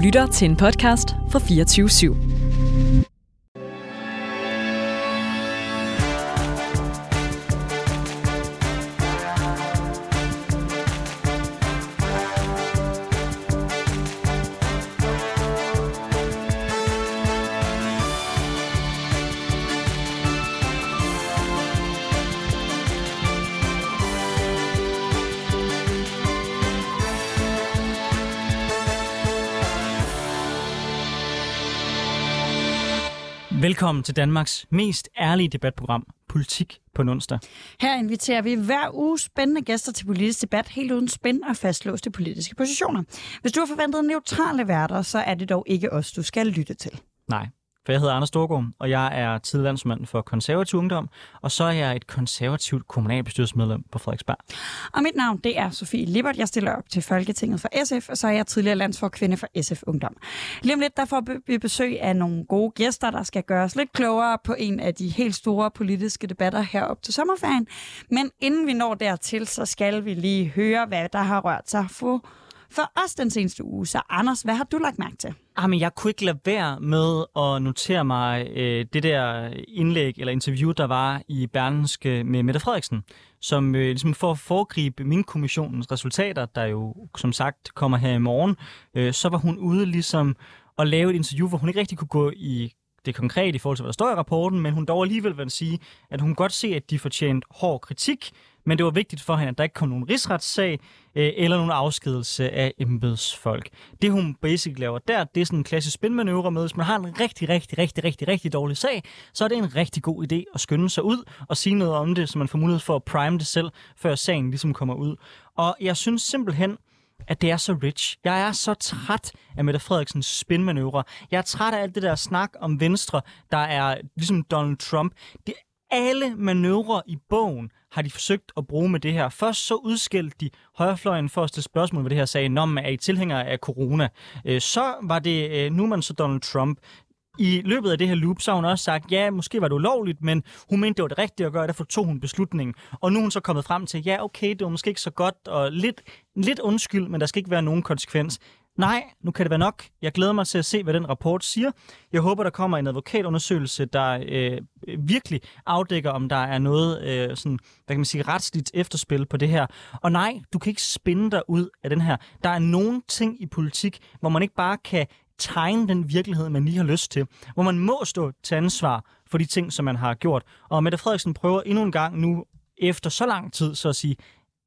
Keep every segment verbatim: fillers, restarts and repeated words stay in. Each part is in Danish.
lytter til en podcast fra fireogtyve syv. Velkommen til Danmarks mest ærlige debatprogram, Politik på en onsdag. Her inviterer vi hver uge spændende gæster til politisk debat, helt uden spænd og fastlåste politiske positioner. Hvis du har forventet neutrale værter, så er det dog ikke os, du skal lytte til. Nej, for jeg hedder Anders Storgård, og jeg er tidligere landsmand for konservativ ungdom, og så er jeg et konservativt kommunalbestyrelsesmedlem på Frederiksberg. Og mit navn, det er Sofie Lippert. Jeg stiller op til Folketinget for S F, og så er jeg tidligere landsforkvinde for S F Ungdom. Lige om lidt, der får vi besøg af nogle gode gæster, der skal gøre os lidt klogere på en af de helt store politiske debatter herop til sommerferien. Men inden vi når dertil, så skal vi lige høre, hvad der har rørt sig for, for os den seneste uge. Så Anders, hvad har du lagt mærke til? Ah, men jeg kunne ikke lade være med at notere mig øh, det der indlæg eller interview, der var i Berlingske med Mette Frederiksen, som øh, ligesom for at foregribe min kommissionens resultater, der jo som sagt kommer her i morgen, øh, så var hun ude ligesom at lave et interview, hvor hun ikke rigtig kunne gå i det konkrete i forhold til, hvad der står i rapporten, men hun dog alligevel vil sige, at hun godt se, at de fortjente hård kritik, men det var vigtigt for hende, at der ikke kom nogen rigsretssag øh, eller nogen afskedelse af embedsfolk. Det hun basically laver der, det er sådan en klassisk spinmanøvre med, hvis man har en rigtig, rigtig, rigtig, rigtig, rigtig dårlig sag, så er det en rigtig god idé at skynde sig ud og sige noget om det, så man får mulighed for at prime det selv, før sagen ligesom kommer ud. Og jeg synes simpelthen, at det er så rich. Jeg er så træt af Mette Frederiksens spinmanøvre. Jeg er træt af alt det der snak om Venstre, der er ligesom Donald Trump. Det alle manøvrer i bogen har de forsøgt at bruge med det her. Først så udskældte de højrefløjen for at stille spørgsmål ved det her, sagde, når man er I tilhængere af corona. Så var det, nu er man så Donald Trump. I løbet af det her loop, så har hun også sagt, ja, måske var det ulovligt, men hun mente, det var det rigtige at gøre, derfor tog hun beslutningen. Og nu er hun så kommet frem til, ja, okay, det var måske ikke så godt, og lidt, lidt undskyld, men der skal ikke være nogen konsekvens. Nej, nu kan det være nok. Jeg glæder mig til at se, hvad den rapport siger. Jeg håber, der kommer en advokatundersøgelse, der øh, virkelig afdækker, om der er noget øh, sådan, hvad kan man sige, retsligt efterspil på det her. Og nej, du kan ikke spinde dig ud af den her. Der er nogle ting i politik, hvor man ikke bare kan tegne den virkelighed, man lige har lyst til. Hvor man må stå til ansvar for de ting, som man har gjort. Og Mette Frederiksen prøver endnu en gang nu, efter så lang tid, så at sige,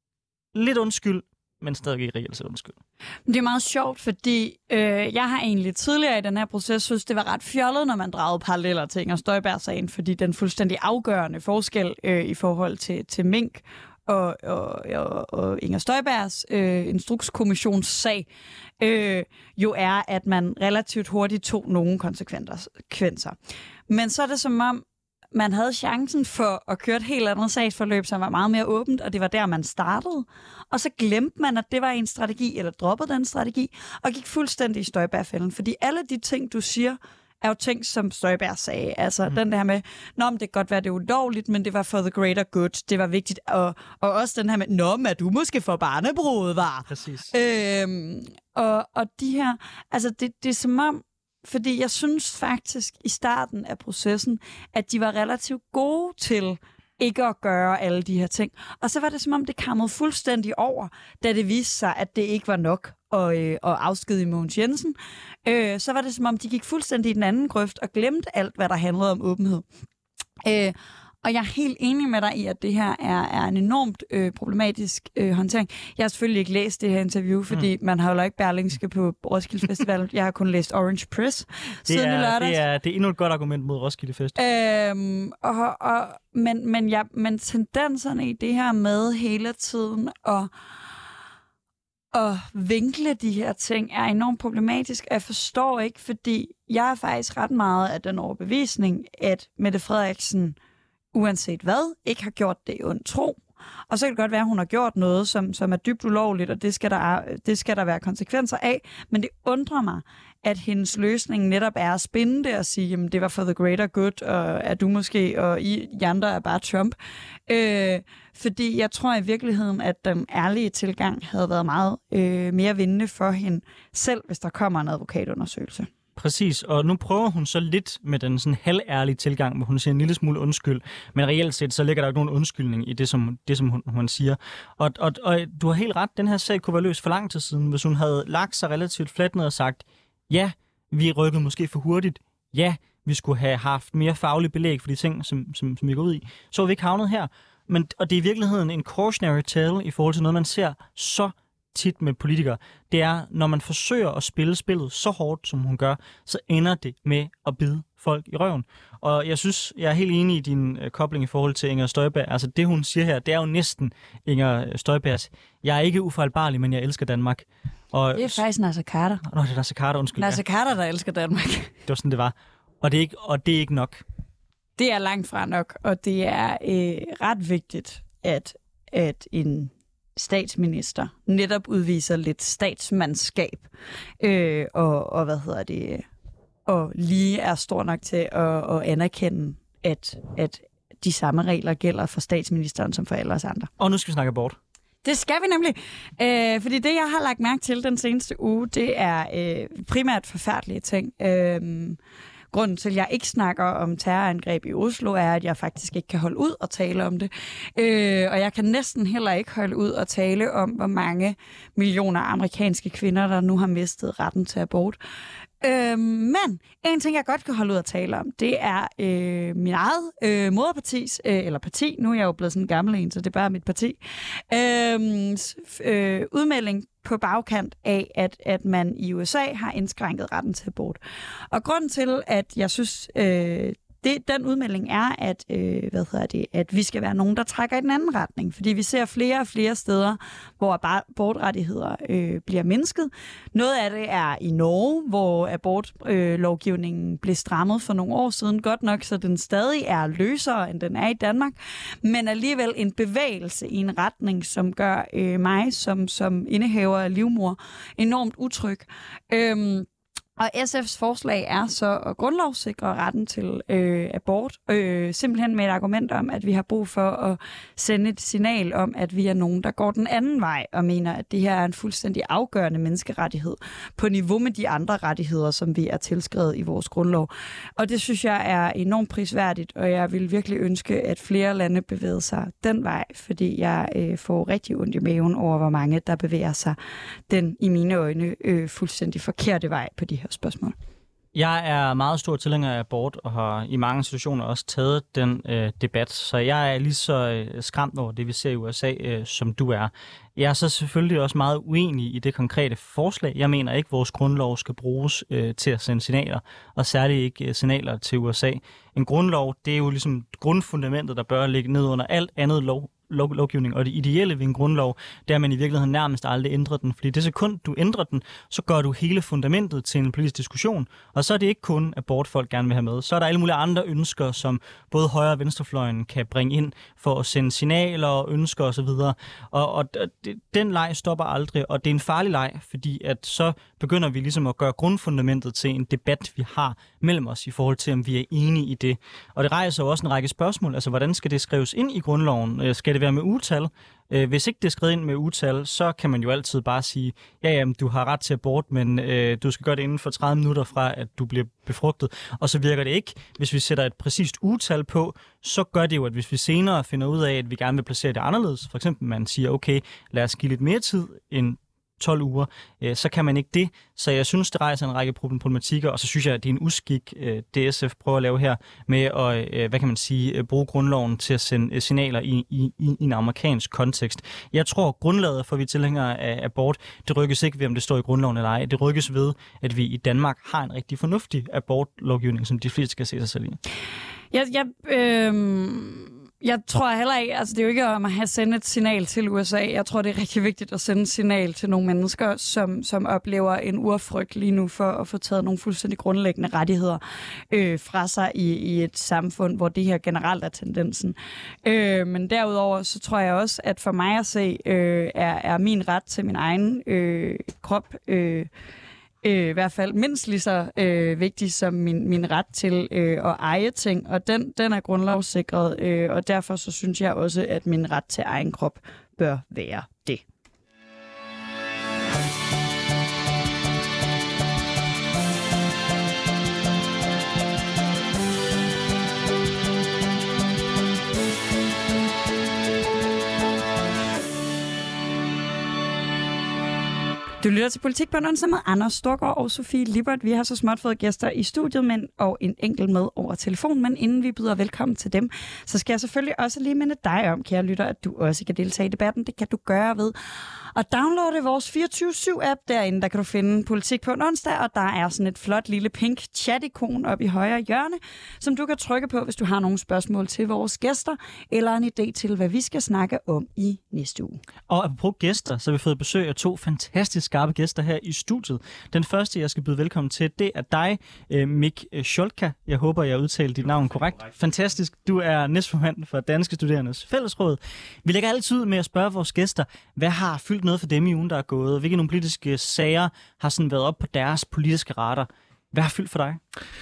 lidt undskyld, men stadig ikke reelt undskyld. Det er meget sjovt, fordi øh, jeg har egentlig tidligere i den her proces synes, det var ret fjollet, når man dragede paralleller til Inger Støjberg-sagen, fordi den fuldstændig afgørende forskel øh, i forhold til, til Mink og, og, og, og Inger Støjbergs øh, instrukskommissionssag øh, jo er, at man relativt hurtigt tog nogle konsekvenser. Men så er det som om, man havde chancen for at køre et helt andet sagsforløb, som var meget mere åbent, og det var der, man startede. Og så glemte man, at det var en strategi, eller droppede den strategi, og gik fuldstændig i Støjberg-fælden. Fordi alle de ting, du siger, er jo ting, som Støjberg sagde. Altså mm. den der med, nå, men det kan godt være, det er ulovligt, men det var for the greater good. Det var vigtigt. Og, og også den her med, nå, men du måske for barnebruget var. Præcis. Øhm, og, og de her, altså det, det er som om, fordi jeg synes faktisk i starten af processen, at de var relativt gode til ikke at gøre alle de her ting. Og så var det som om, det kammede fuldstændig over, da det viste sig, at det ikke var nok at, øh, at afskedige Mogens Jensen. Øh, så var det som om, de gik fuldstændig i den anden grøft og glemte alt, hvad der handlede om åbenhed. Øh, Og jeg er helt enig med dig i, at det her er, er en enormt øh, problematisk øh, håndtering. Jeg har selvfølgelig ikke læst det her interview, fordi mm. man har jo ikke Berlingske på Roskilde Festival. Jeg har kun læst Orange Press siden i lørdags. Det er, det er endnu et godt argument mod Roskilde Festival. Øhm, og, og, men, men, ja, men tendenserne i det her med hele tiden at, at vinkle de her ting er enormt problematisk. Jeg forstår ikke, fordi jeg er faktisk ret meget af den overbevisning, at Mette Frederiksen uanset hvad, ikke har gjort det i ond tro. Og så kan det godt være, at hun har gjort noget, som, som er dybt ulovligt, og det skal, der, det skal der være konsekvenser af. Men det undrer mig, at hendes løsning netop er at spinde det og sige, jamen det var for the greater good, og er du måske, og I andre er bare Trump. Øh, fordi jeg tror i virkeligheden, at den ærlige tilgang havde været meget øh, mere vindende for hende selv, hvis der kommer en advokatundersøgelse. Præcis, og nu prøver hun så lidt med den sådan halværlige tilgang, hvor hun siger en lille smule undskyld, men reelt set så ligger der ikke nogen undskyldning i det, som, det, som hun, hun siger. Og, og, og du har helt ret, den her sag kunne være løst for lang tid siden, hvis hun havde lagt sig relativt fladt ned og sagt, ja, vi rykkede måske for hurtigt, ja, vi skulle have haft mere faglig belæg for de ting, som, som, som vi går ud i, så er vi ikke havnet her. Men, og det er i virkeligheden en cautionary tale i forhold til noget, man ser så tit med politikere, det er, når man forsøger at spille spillet så hårdt, som hun gør, så ender det med at bide folk i røven. Og jeg synes, jeg er helt enig i din øh, kobling i forhold til Inger Støjberg. Altså det, hun siger her, det er jo næsten Inger Støjbergs. Jeg er ikke ufejlbarlig, men jeg elsker Danmark. Og, det er faktisk Nasser Carter. Nå, det er Nasser Carter, undskyld. Nasser Carter, der elsker Danmark. Det var sådan, det var. Og det er ikke, og det er ikke nok. Det er langt fra nok, og det er øh, ret vigtigt, at, at en statsminister netop udviser lidt statsmandskab, øh, og, og hvad hedder det, og lige er stor nok til at, at anerkende, at, at de samme regler gælder for statsministeren som for alle os andre. Og nu skal vi snakke abort. Det skal vi nemlig, øh, fordi det, jeg har lagt mærke til den seneste uge, det er øh, primært forfærdelige ting. Øh, Grunden til, at jeg ikke snakker om terrorangreb i Oslo, er, at jeg faktisk ikke kan holde ud og tale om det. Øh, og jeg kan næsten heller ikke holde ud og tale om, hvor mange millioner amerikanske kvinder, der nu har mistet retten til abort. Øh, men en ting, jeg godt kan holde ud at tale om, det er øh, min eget øh, moderpartis, øh, eller parti, nu er jeg jo blevet sådan en gammel en, så det er bare mit parti, øh, øh, udmelding på bagkant af, at, at man i U S A har indskrænket retten til abort. Og grunden til, at jeg synes, øh, det, den udmelding er, at, øh, hvad hedder det, at vi skal være nogen, der trækker i den anden retning. Fordi vi ser flere og flere steder, hvor abortrettigheder øh, bliver mindsket. Noget af det er i Norge, hvor abortlovgivningen øh, blev strammet for nogle år siden. Godt nok, så den stadig er løsere, end den er i Danmark. Men alligevel en bevægelse i en retning, som gør øh, mig som, som indehaver af livmor enormt utryg. Øhm, Og S F's forslag er så at grundlovssikre retten til øh, abort, øh, simpelthen med et argument om, at vi har brug for at sende et signal om, at vi er nogen, der går den anden vej og mener, at det her er en fuldstændig afgørende menneskerettighed på niveau med de andre rettigheder, som vi er tilskrevet i vores grundlov. Og det synes jeg er enormt prisværdigt, og jeg vil virkelig ønske, at flere lande bevæger sig den vej, fordi jeg øh, får rigtig ondt i maven over, hvor mange der bevæger sig den, i mine øjne, øh, fuldstændig forkerte vej på de her spørgsmål. Jeg er meget stor tilhænger af abort, og har i mange situationer også taget den øh, debat, så jeg er lige så øh, skræmt over det, vi ser i U S A, øh, som du er. Jeg er så selvfølgelig også meget uenig i det konkrete forslag. Jeg mener ikke, at vores grundlov skal bruges øh, til at sende signaler, og særligt ikke øh, signaler til U S A. En grundlov, det er jo ligesom grundfundamentet, der bør ligge ned under alt andet lov. Lov, lovgivning, og det ideelle ved en grundlov, det er, at man i virkeligheden nærmest aldrig ændrer den, fordi det sekund, du ændrer den, så gør du hele fundamentet til en politisk diskussion, og så er det ikke kun abort, folk gerne vil have med. Så er der alle mulige andre ønsker, som både højre- og venstrefløjen kan bringe ind for at sende signaler og ønsker osv., og, og den leg stopper aldrig, og det er en farlig leg, fordi at så begynder vi ligesom at gøre grundfundamentet til en debat, vi har mellem os i forhold til, om vi er enige i det. Og det rejser jo også en række spørgsmål, altså hvordan skal det skrives ind i grundloven? Skal det være med utal? Hvis ikke det er skrevet ind med utal, så kan man jo altid bare sige, ja, ja, du har ret til abort, men øh, du skal gøre det inden for tredive minutter fra, at du bliver befrugtet. Og så virker det ikke. Hvis vi sætter et præcist utal på, så gør det jo, at hvis vi senere finder ud af, at vi gerne vil placere det anderledes, for eksempel man siger, okay, lad os give lidt mere tid end tolv uger, øh, så kan man ikke det. Så jeg synes, det rejser en række problematikker, og så synes jeg, at det er en uskik, øh, det S F prøver at lave her, med at, øh, hvad kan man sige, bruge grundloven til at sende signaler i, i, i en amerikansk kontekst. Jeg tror, grundlaget for, at vi er tilhængere af abort, det rykkes ikke ved, om det står i grundloven eller ej. Det rykkes ved, at vi i Danmark har en rigtig fornuftig abortlovgivning, som de fleste skal se sig selv i. Jeg, jeg, øh... Jeg tror heller ikke, altså det er jo ikke om at have sendt et signal til U S A. Jeg tror, det er rigtig vigtigt at sende et signal til nogle mennesker, som, som oplever en urfrygt lige nu for at få taget nogle fuldstændig grundlæggende rettigheder øh, fra sig i, i et samfund, hvor det her generelt er tendensen. Øh, men derudover, så tror jeg også, at for mig at se, øh, er, er min ret til min egen øh, krop øh, Øh, i hvert fald mindst lige så øh, vigtig som min, min ret til øh, at eje ting, og den, den er grundlovssikret, øh, og derfor så synes jeg også, at min ret til egen krop bør være det. Du lytter til Politik på en onsdag med Anders Storgård og Sofie Lippert. Vi har så småt fået gæster i studiet, men og en enkelt med over telefon. Men inden vi byder velkommen til dem, så skal jeg selvfølgelig også lige minde dig om, kære lytter, at du også kan deltage i debatten. Det kan du gøre ved at downloade vores fireogtyve syv app. Derinde der kan du finde Politik på en onsdag, og der er sådan et flot lille pink chat-ikon oppe i højre hjørne, som du kan trykke på, hvis du har nogle spørgsmål til vores gæster, eller en idé til, hvad vi skal snakke om i næste uge. Og apropos gæster, så har vi fået besøg af to fantastisk skarpe gæster her i studiet. Den første, jeg skal byde velkommen til, det er dig, Mik Scholka. Jeg håber, jeg udtalte dit navn korrekt. Fantastisk. Du er næstformand for Danske Studerendes Fællesråd. Vi lægger altid ud med at spørge vores gæster, hvad har fyldt noget for dem i ugen, der er gået? Hvilke nogle politiske sager har sådan været op på deres politiske radar? Hvad har fyldt for dig?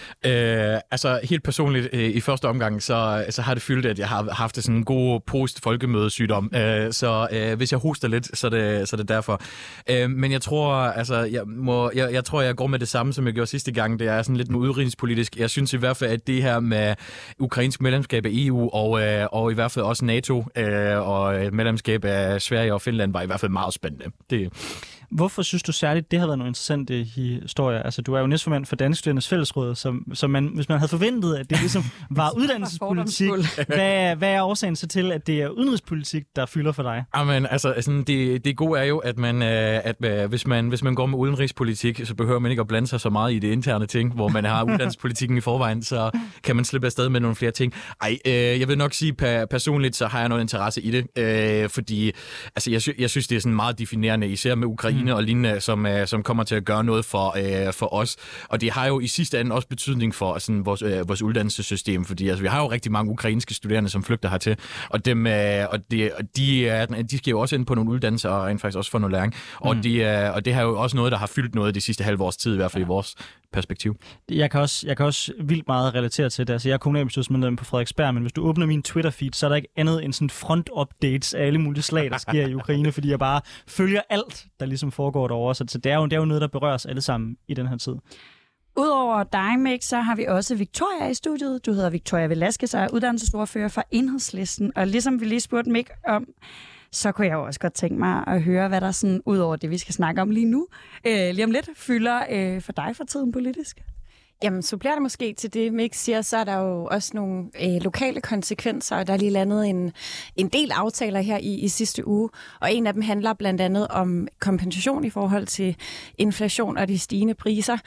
Øh, altså helt personligt, øh, i første omgang, så, så har det fyldt, at jeg har haft sådan en god post-folkemødesygdom. Øh, så øh, hvis jeg hoster lidt, så er det, så er det derfor. Øh, men jeg tror, altså, jeg, må, jeg, jeg tror, jeg går med det samme, som jeg gjorde sidste gang. Det er sådan lidt udenrigspolitisk. Jeg synes i hvert fald, at det her med ukrainsk medlemskab af E U, og, øh, og i hvert fald også NATO, øh, og medlemskab af Sverige og Finland, var i hvert fald meget spændende. Det Hvorfor synes du særligt, det har været nogle interessante historier? Altså, du er jo næstformand for Danske Studerendes Fællesråd, som, som man, hvis man havde forventet, at det ligesom var uddannelsespolitik, hvad, hvad er årsagen så til, at det er udenrigspolitik, der fylder for dig? Amen, altså, sådan, det, det gode er jo, at, man, at hvis, man, hvis man går med udenrigspolitik, så behøver man ikke at blande sig så meget i det interne ting, hvor man har uddannelsespolitikken i forvejen, så kan man slippe afsted med nogle flere ting. Ej, øh, jeg vil nok sige, per, personligt, så har jeg noget interesse i det, øh, fordi altså, jeg, sy- jeg synes, det er sådan meget definerende, især med Ukraine og lignende, som, som kommer til at gøre noget for, øh, for os. Og det har jo i sidste ende også betydning for sådan, vores, øh, vores uddannelsessystem, fordi altså, vi har jo rigtig mange ukrainske studerende, som flygter hertil, og, dem, øh, og, de, og de, er, de skal jo også ind på nogle uddannelser og rent faktisk også få noget læring. Mm. Og, de, øh, og det har jo også noget, der har fyldt noget de sidste halve års tid, i hvert fald ja. i vores perspektiv. Jeg kan, også, jeg kan også vildt meget relatere til det. Altså, jeg er kommunalbestyrelsesmedlem på Frederiksberg, men hvis du åbner min Twitter-feed, så er der ikke andet end sådan front-updates af alle mulige slag, der sker i Ukraine, fordi jeg bare følger alt, der ligesom foregår derovre. Så det er jo, det er jo noget, der berører os alle sammen i den her tid. Udover dig, Mik, så har vi også Victoria i studiet. Du hedder Victoria Velasquez og er uddannelsesordfører for Enhedslisten. Og ligesom vi lige spurgte Mik om, så kunne jeg jo også godt tænke mig at høre, hvad der sådan, ud over det, vi skal snakke om lige nu, øh, lige om lidt, fylder øh, for dig for tiden politisk. Jamen, så bliver det måske til det, Mik siger, så er der jo også nogle øh, lokale konsekvenser, og der er lige landet en, en del aftaler her i, i sidste uge, og en af dem handler blandt andet om kompensation i forhold til inflation og de stigende priser.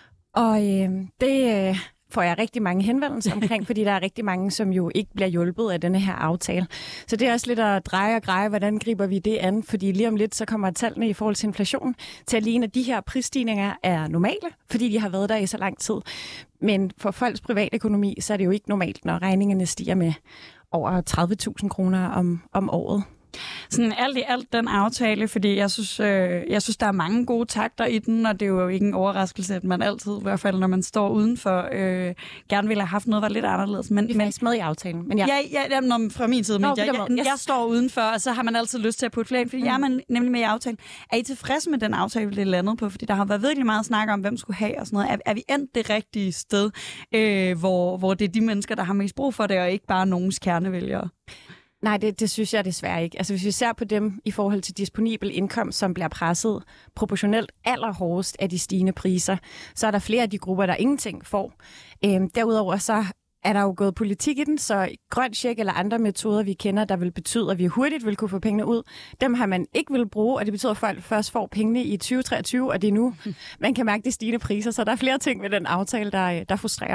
Og øh, det øh, får jeg rigtig mange henvendelser omkring, fordi der er rigtig mange, som jo ikke bliver hjulpet af denne her aftale. Så det er også lidt at dreje og greje, hvordan griber vi det an, fordi lige om lidt, så kommer tallene i forhold til inflation til at ligne, at de her prisstigninger er normale, fordi de har været der i så lang tid. Men for folks privatøkonomi, så er det jo ikke normalt, når regningerne stiger med over tredive tusind kroner om, om året. Sådan alt i alt den aftale, fordi jeg synes, øh, jeg synes, der er mange gode takter i den, og det er jo ikke en overraskelse, at man altid, i hvert fald når man står udenfor, øh, gerne ville have haft noget, der var lidt anderledes. Men, vi er faktisk med i aftalen. Men ja, ja, ja når, fra min side, men Nå, jeg, jeg, yes. jeg står udenfor, og så har man altid lyst til at putte flere ind, fordi mm. jeg er man nemlig med i aftalen. Er I tilfredse med den aftale, det er landet på? Fordi der har været virkelig meget snak om, hvem skulle have og sådan noget. Er, er vi endt det rigtige sted, øh, hvor, hvor det er de mennesker, der har mest brug for det, og ikke bare nogens kernevælgere? Nej, det, det synes jeg desværre ikke. Altså hvis vi ser på dem i forhold til disponibel indkomst, som bliver presset proportionelt allerhårdest af de stigende priser, så er der flere af de grupper, der ingenting får. Øhm, derudover så er der jo gået politik i den, så grøn check eller andre metoder, vi kender, der vil betyde, at vi hurtigt vil kunne få pengene ud, dem har man ikke vil bruge, og det betyder, at folk først får pengene i tyve treogtyve, og det er nu, man kan mærke de stigende priser, så der er flere ting ved den aftale, der, der frustrerer.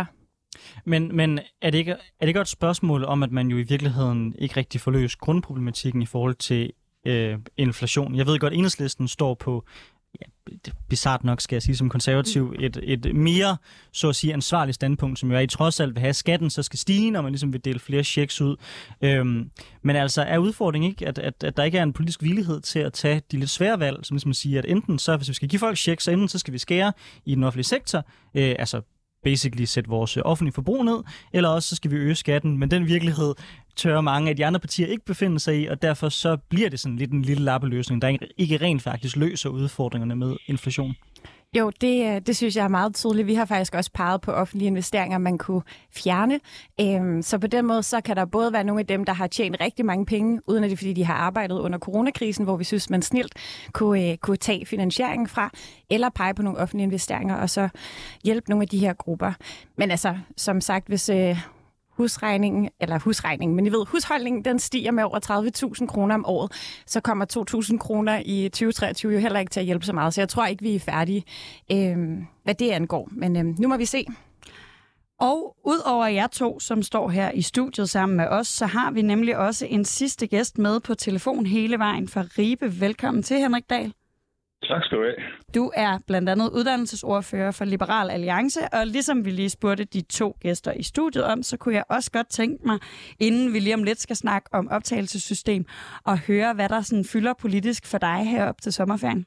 Men, men er, det ikke, er det ikke et spørgsmål om, at man jo i virkeligheden ikke rigtig får løst grundproblematikken i forhold til øh, inflation? Jeg ved godt, at Enhedslisten står på, ja, det er bizarrt nok, skal jeg sige, som konservativ, et, et mere, så at sige, ansvarligt standpunkt, som jo er, I trods alt vil have skatten, så skal stige, når man ligesom vil dele flere checks ud. Øhm, men altså, er udfordringen ikke, at, at, at der ikke er en politisk villighed til at tage de lidt svære valg, som ligesom siger, at enten så, hvis vi skal give folk checks, så enten så skal vi skære i den offentlige sektor, øh, altså basically sætte vores offentlige forbrug ned, eller også så skal vi øge skatten, men den virkelighed tør mange af de andre partier ikke befinde sig i, og derfor så bliver det sådan lidt en lille lappeløsning, der ikke rent faktisk løser udfordringerne med inflation. Jo, det, det synes jeg er meget tydeligt. Vi har faktisk også peget på offentlige investeringer, man kunne fjerne. Øhm, så på den måde, så kan der både være nogle af dem, der har tjent rigtig mange penge, uden at det er, fordi de har arbejdet under coronakrisen, hvor vi synes, man snilt kunne, øh, kunne tage finansieringen fra, eller pege på nogle offentlige investeringer, og så hjælpe nogle af de her grupper. Men altså, som sagt, hvis øh, husregningen, eller husregningen, men I ved, husholdningen, den stiger med over tredive tusind kroner om året, så kommer to tusind kroner i tyve treogtyve jo heller ikke til at hjælpe så meget. Så jeg tror ikke, vi er færdige, øh, hvad det angår. Men øh, nu må vi se. Og udover jer to, som står her i studiet sammen med os, så har vi nemlig også en sidste gæst med på telefon hele vejen fra Ribe. Velkommen til, Henrik Dahl. Tak skal du have. Du er blandt andet uddannelsesordfører for Liberal Alliance, og ligesom vi lige spurgte de to gæster i studiet om, så kunne jeg også godt tænke mig, inden vi lige om lidt skal snakke om optagelsessystem, og høre, hvad der sådan fylder politisk for dig herop til sommerferien.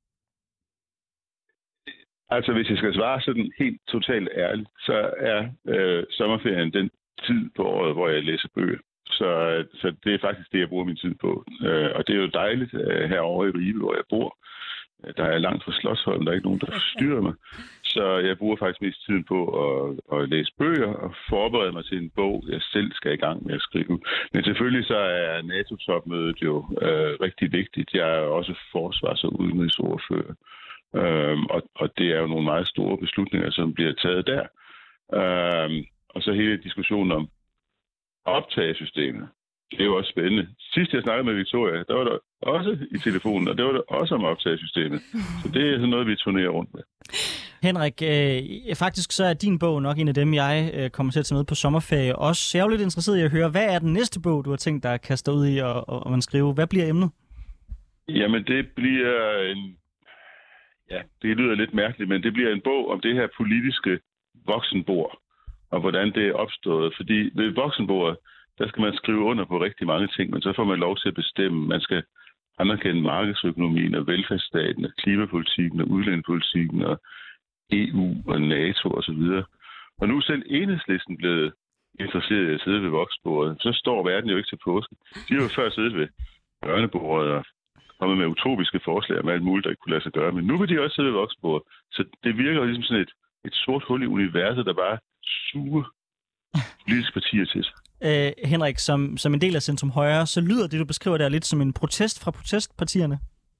Altså, hvis jeg skal svare sådan helt totalt ærligt, så er øh, sommerferien den tid på året, hvor jeg læser bøger. Så, så det er faktisk det, jeg bruger min tid på. Øh, og det er jo dejligt øh, herovre i Ribe, hvor jeg bor. Der er langt fra Slotsholm, der er ikke nogen, der forstyrrer mig. Så jeg bruger faktisk mest tiden på at, at læse bøger og forberede mig til en bog, jeg selv skal i gang med at skrive. Men selvfølgelig så er NATO-topmødet jo øh, rigtig vigtigt. Jeg er også forsvars- og udenrigsordfører. Øhm, og, og det er jo nogle meget store beslutninger, som bliver taget der. Øhm, og så hele diskussionen om optagesystemet. Det er jo også spændende. Sidst jeg snakkede med Victoria, der var der også i telefonen, og det var der også om optagesystemet. Så det er sådan noget, vi turnerer rundt med. Henrik, øh, faktisk så er din bog nok en af dem, jeg øh, kommer til at tage med på sommerferie. Også jeg er jo lidt interesseret i at høre, hvad er den næste bog, du har tænkt dig at kaste ud i og, og, og man skrive? Hvad bliver emnet? Jamen, det bliver en... Ja, det lyder lidt mærkeligt, men det bliver en bog om det her politiske voksenbord, og hvordan det er opstået. Fordi ved voksenbordet, der skal man skrive under på rigtig mange ting, men så får man lov til at bestemme. Man skal anerkende markedsøkonomien og velfærdsstaten og klimapolitikken og udlændingepolitikken og E U og NATO osv. Og, og nu er selv Enhedslisten blevet interesseret i at sidde ved voksenbordet. Så står verden jo ikke til påske. De har jo før siddet ved børnebordet og kommet med utopiske forslag om alt muligt, der ikke kunne lade sig gøre. Men nu vil de også sidde ved voksenbordet. Så det virker jo ligesom sådan et, et sort hul i universet, der bare suger politiske partier til sig. Øh, Henrik, som, som en del af Centrum Højre, så lyder det, du beskriver der lidt som en protest fra protestpartierne?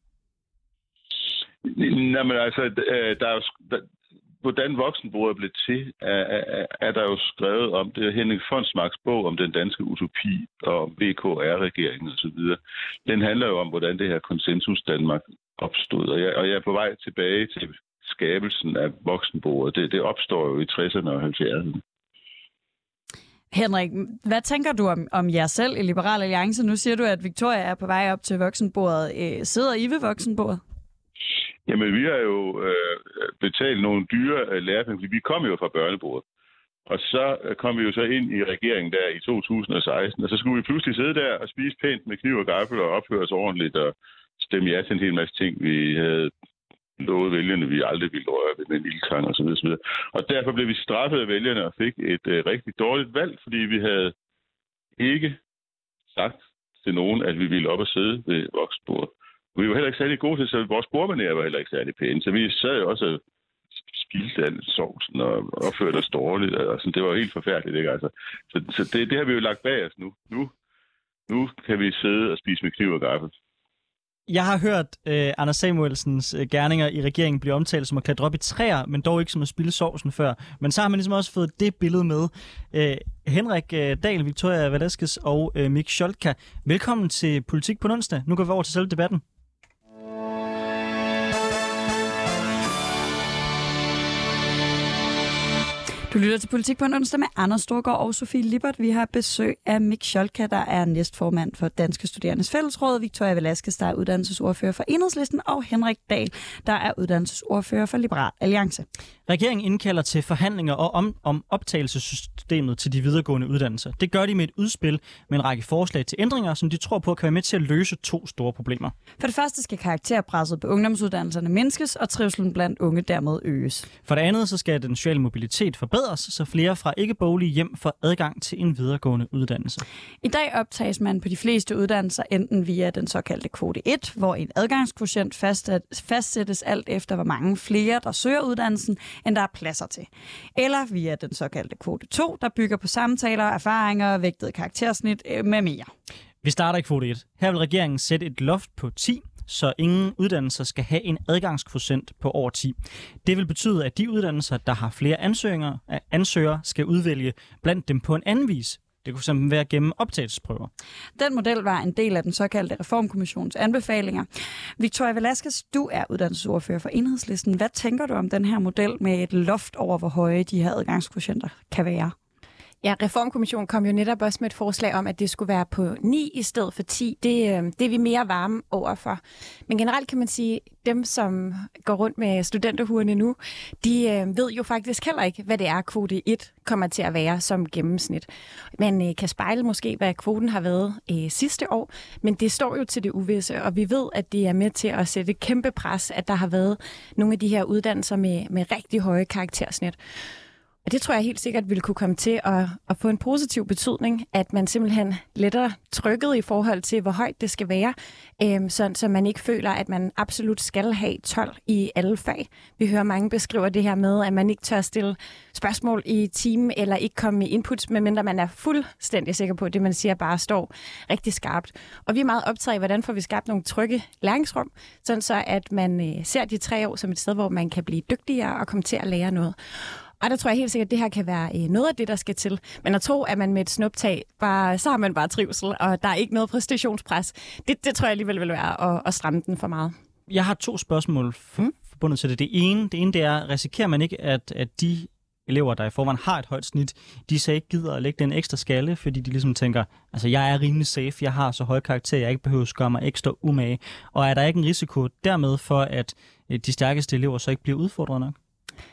Nej, men altså, der er jo, der, hvordan voksenbordet blev til, er, er, er der jo skrevet om. Det er Henning Fonsmarks bog om den danske utopi og om V K R-regeringen osv. Den handler jo om, hvordan det her konsensus Danmark opstod. Og jeg, og jeg er på vej tilbage til skabelsen af voksenbordet. Det, det opstår jo i tresserne og halvfjerdserne. Henrik, hvad tænker du om, om jer selv i Liberal Alliance? Nu siger du, at Victoria er på vej op til voksenbordet. Øh, sidder I ved voksenbordet? Jamen, vi har jo øh, betalt nogle dyre øh, lærepenge. Vi kom jo fra børnebordet. Og så øh, kom vi jo så ind i regeringen der i to tusind og seksten. Og så skulle vi pludselig sidde der og spise pænt med kniv og gaffel og opføre os ordentligt og stemme ja til en hel masse ting, vi havde lovet vælgerne, vi aldrig ville røre ved med en ildtang og så videre, så videre. Og derfor blev vi straffet af vælgerne og fik et øh, rigtig dårligt valg, fordi vi havde ikke sagt til nogen, at vi ville op og sidde ved voksenbordet. Vi var heller ikke særlig gode til, så vores bordmanér var heller ikke særlig pæne. Så vi sad jo også og spildte af sovsen og opførte os dårligt. Altså, det var helt forfærdeligt, ikke? Altså, så så det, det har vi jo lagt bag os nu. nu. Nu kan vi sidde og spise med kniv og gaffel. Jeg har hørt øh, Anders Samuelsens øh, gerninger i regeringen blive omtalt som at klatre op i træer, men dog ikke som at spilde sovsen før. Men så har man ligesom også fået det billede med. Øh, Henrik øh, Dahl, Victoria Velasquez og øh, Mik Scholtka, velkommen til Politik på onsdag. Nu går vi over til selve debatten. Du lytter til Politik på en onsdag med Anders Storgård og Sofie Lippert. Vi har besøg af Mik Scholka, der er næstformand for Danske Studerendes Fællesråd, Victoria Velasquez, der er uddannelsesordfører for Enhedslisten, og Henrik Dahl, der er uddannelsesordfører for Liberal Alliance. Regeringen indkalder til forhandlinger om, om optagelsessystemet til de videregående uddannelser. Det gør de med et udspil med en række forslag til ændringer, som de tror på kan være med til at løse to store problemer. For det første skal karakterpresset på ungdomsuddannelserne mindskes, og trivselen blandt unge dermed øges. For det andet så skal den sociale mobilitet forbedres, så flere fra ikke-boglige hjem får adgang til en videregående uddannelse. I dag optages man på de fleste uddannelser enten via den såkaldte kvote et, hvor en adgangskvotient fastsættes alt efter, hvor mange flere, der søger uddannelsen, end der er pladser til. Eller via den såkaldte kvote to, der bygger på samtaler, erfaringer, vægtet karaktersnit med mere. Vi starter i kvote et. Her vil regeringen sætte et loft på ti, så ingen uddannelser skal have en adgangskvotient på over ti. Det vil betyde, at de uddannelser, der har flere ansøgere, ansøgere skal udvælge blandt dem på en anden vis. Det kunne simpelthen være gennem optagelsesprøver. Den model var en del af den såkaldte Reformkommissions anbefalinger. Victoria Velasquez, du er uddannelsesordfører for Enhedslisten. Hvad tænker du om den her model med et loft over, hvor høje de her adgangskvotienter kan være? Ja, Reformkommissionen kom jo netop også med et forslag om, at det skulle være på ni i stedet for ti. Det, det er vi mere varme overfor. Men generelt kan man sige, at dem, som går rundt med studenterhuerne nu, de øh, ved jo faktisk heller ikke, hvad det er, kvote et kommer til at være som gennemsnit. Man øh, kan spejle måske, hvad kvoten har været øh, sidste år, men det står jo til det uvisse, og vi ved, at det er med til at sætte kæmpe pres, at der har været nogle af de her uddannelser med, med rigtig høje karaktersnit. Og det tror jeg helt sikkert ville kunne komme til at, at få en positiv betydning, at man simpelthen letter trykket i forhold til, hvor højt det skal være, øhm, så, så man ikke føler, at man absolut skal have tolv i alle fag. Vi hører mange beskriver det her med, at man ikke tør stille spørgsmål i timen, eller ikke komme med inputs, medmindre man er fuldstændig sikker på, at det, man siger, bare står rigtig skarpt. Og vi er meget optaget af, hvordan får vi skabt nogle trygge læringsrum, sådan så at man øh, ser de tre år som et sted, hvor man kan blive dygtigere og komme til at lære noget. Og der tror jeg helt sikkert, at det her kan være noget af det, der skal til. Men at tro, at man med et snuptag, bare, så har man bare trivsel, og der er ikke noget præstationspres, det, det tror jeg alligevel vil være at, at stramme den for meget. Jeg har to spørgsmål for, mm. forbundet til det. Det ene, det ene det er, risikerer man ikke, at, at de elever, der i forvejen har et højt snit, de så ikke gider at lægge den ekstra skalle, fordi de ligesom tænker, altså jeg er rimelig safe, jeg har så høj karakter, jeg ikke behøver at gøre mig ekstra umage. Og er der ikke en risiko dermed for, at de stærkeste elever så ikke bliver udfordret nok?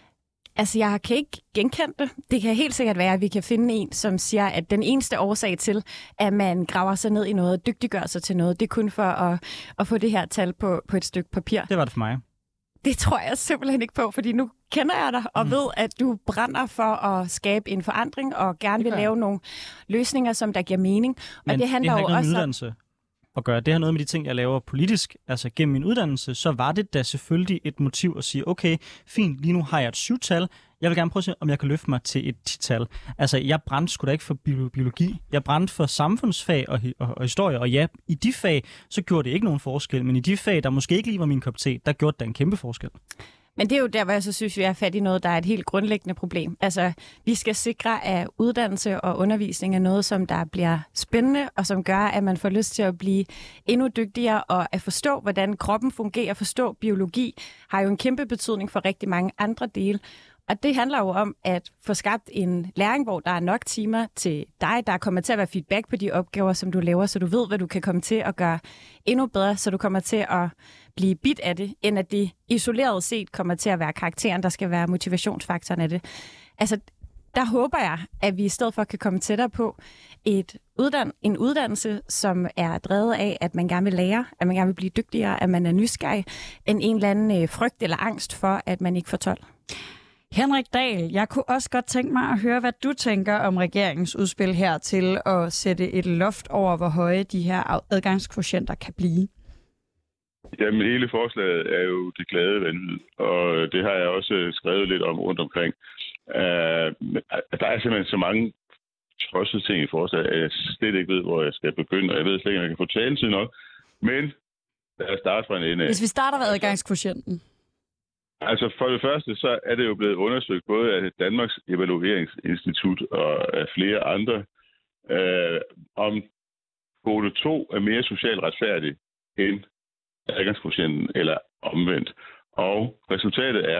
Altså, jeg kan ikke genkende det. Det kan helt sikkert være, at vi kan finde en, som siger, at den eneste årsag til, at man graver sig ned i noget, dygtiggør sig til noget, det er kun for at, at få det her tal på, på et stykke papir. Det var det for mig. Det tror jeg simpelthen ikke på, fordi nu kender jeg dig og mm. ved, at du brænder for at skabe en forandring og gerne vil lave nogle løsninger, som der giver mening. Men og det handler det jo også uddannelse at gøre. Det har noget med de ting, jeg laver politisk, altså gennem min uddannelse, så var det da selvfølgelig et motiv at sige, okay, fint, lige nu har jeg et syvtal, jeg vil gerne prøve at se, om jeg kan løfte mig til et ti-tal. Altså, jeg brændte sgu da ikke for biologi. Jeg brændte for samfundsfag og, og, og historie, og ja, i de fag, så gjorde det ikke nogen forskel, men i de fag, der måske ikke lige var min kop te, der gjorde det en kæmpe forskel. Men det er jo der, hvor jeg så synes, vi er fat i noget, der er et helt grundlæggende problem. Altså, vi skal sikre, at uddannelse og undervisning er noget, som der bliver spændende, og som gør, at man får lyst til at blive endnu dygtigere, og at forstå, hvordan kroppen fungerer, forstå biologi, har jo en kæmpe betydning for rigtig mange andre dele. Og det handler jo om at få skabt en læring, hvor der er nok timer til dig, der kommer til at være feedback på de opgaver, som du laver, så du ved, hvad du kan komme til at gøre endnu bedre, så du kommer til at blive bit af det, end at det isoleret set kommer til at være karakteren, der skal være motivationsfaktoren af det. Altså, der håber jeg, at vi i stedet for kan komme tættere på et uddan- en uddannelse, som er drevet af, at man gerne vil lære, at man gerne vil blive dygtigere, at man er nysgerrig, end en eller anden frygt eller angst for, at man ikke får tolv. Henrik Dahl, jeg kunne også godt tænke mig at høre, hvad du tænker om regeringens udspil her til at sætte et loft over, hvor høje de her adgangskvotienter kan blive. Jamen, hele forslaget er jo det glade vanvid, og det har jeg også skrevet lidt om rundt omkring. Uh, der er simpelthen så mange tossede ting i forslaget, at jeg slet ikke ved, hvor jeg skal begynde, og jeg ved slet ikke, om jeg kan få taletid nok. Men lad os starte fra en ende af. Hvis vi starter ved adgangskvotienten. Altså for det første, så er det jo blevet undersøgt både af Danmarks Evalueringsinstitut og af flere andre, øh, om kvote to er mere socialt retfærdig end adgangskvotienten eller omvendt. Og resultatet er,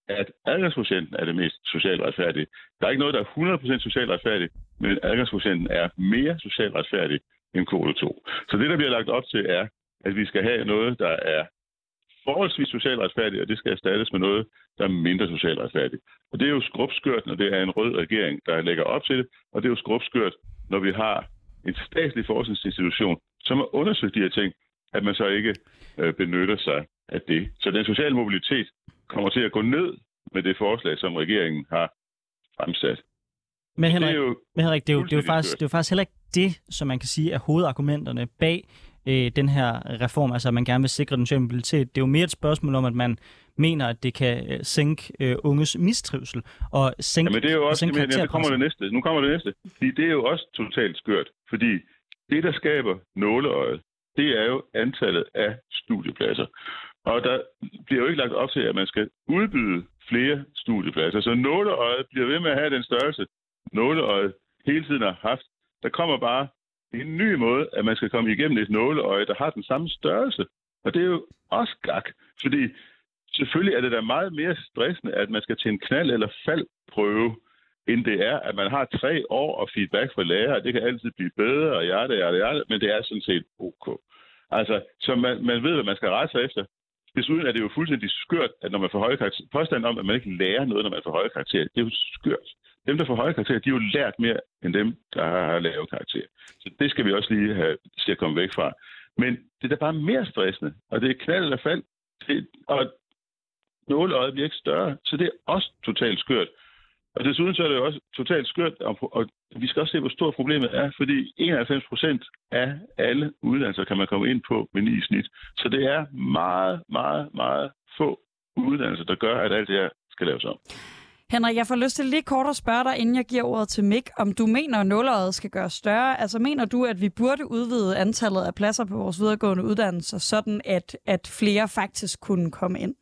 at adgangskvotienten er det mest socialt retfærdige. Der er ikke noget, der er hundrede procent socialt retfærdigt, men adgangskvotienten er mere socialt retfærdig end kvote to. Så det, der bliver lagt op til, er, at vi skal have noget, der er forholdsvis socialt retfærdigt, og det skal erstattes med noget, der er mindre socialt retfærdigt. Og det er jo skrubskørt, når det er en rød regering, der lægger op til det, og det er jo skrubskørt, når vi har en statslig forskningsinstitution, som har undersøgt de her ting, at man så ikke øh, benytter sig af det. Så den sociale mobilitet kommer til at gå ned med det forslag, som regeringen har fremsat. Men Henrik, det er jo, men Henrik, det er jo, det er jo, faktisk, det er jo faktisk heller ikke det, som man kan sige er hovedargumenterne bag øh, den her reform, altså at man gerne vil sikre den sociale mobilitet. Det er jo mere et spørgsmål om, at man mener, at det kan øh, sænke øh, unges mistrivsel og sænke ja, men det er jo også, sænke men, ja, det kommer det næste. Nu kommer det næste. Fordi det er jo også totalt skørt. Fordi det, der skaber nåleøjet, det er jo antallet af studiepladser. Og der bliver jo ikke lagt op til, at man skal udbyde flere studiepladser. Så nåleøjet bliver ved med at have den størrelse, nåleøjet hele tiden har haft. Der kommer bare en ny måde, at man skal komme igennem et nåleøje, der har den samme størrelse. Og det er jo også gak. Fordi selvfølgelig er det da meget mere stressende, at man skal til en knald- eller faldprøve, end det er, at man har tre år og feedback fra lærere. Det kan altid blive bedre, og hjerte, hjerte, hjerte, men det er sådan set ok. Altså, så man, man ved, hvad man skal rette sig efter. Desuden er det jo fuldstændig skørt, at når man får høje karakterer, påstanden om, at man ikke lærer noget, når man får høje karakterer, det er jo skørt. Dem, der får høje karakterer, de har jo lært mere end dem, der har lave karakterer. Så det skal vi også lige have til at komme væk fra. Men det er da bare mere stressende, og det er knald eller fald, det, og nåleøjet bliver ikke større, så det er også totalt skørt. Og desuden så er det jo også totalt skørt, og, og vi skal også se, hvor stort problemet er, fordi enoghalvfems procent af alle uddannelser kan man komme ind på med ni snit. Så det er meget, meget, meget få uddannelser, der gør, at alt det her skal laves om. Henrik, jeg får lyst til lige kort at spørge dig, inden jeg giver ordet til Mik, om du mener, at nåleøjet skal gøres større. Altså mener du, at vi burde udvide antallet af pladser på vores videregående uddannelser, sådan at, at flere faktisk kunne komme ind?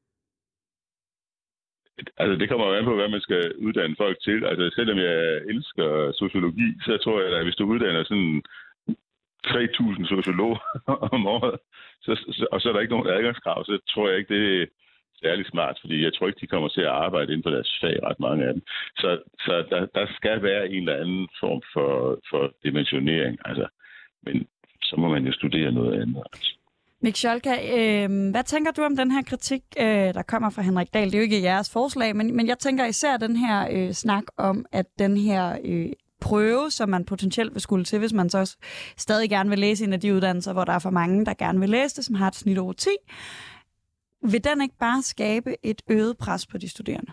Altså, det kommer jo an på, hvad man skal uddanne folk til. Altså, selvom jeg elsker sociologi, så tror jeg, at hvis du uddanner sådan tre tusind sociologer om året, så, og så er der ikke nogen adgangskrav, så tror jeg ikke, det er særlig smart, fordi jeg tror ikke, de kommer til at arbejde inden for deres fag, ret mange af dem. Så, så der, der skal være en eller anden form for, for dimensionering. Altså, men så må man jo studere noget andet. Altså. Mik Scholka, øh, hvad tænker du om den her kritik, øh, der kommer fra Henrik Dahl? Det er jo ikke jeres forslag, men, men jeg tænker især den her øh, snak om, at den her øh, prøve, som man potentielt vil skulle til, hvis man så stadig gerne vil læse en af de uddannelser, hvor der er for mange, der gerne vil læse det, som har et snit over ti, vil den ikke bare skabe et øget pres på de studerende?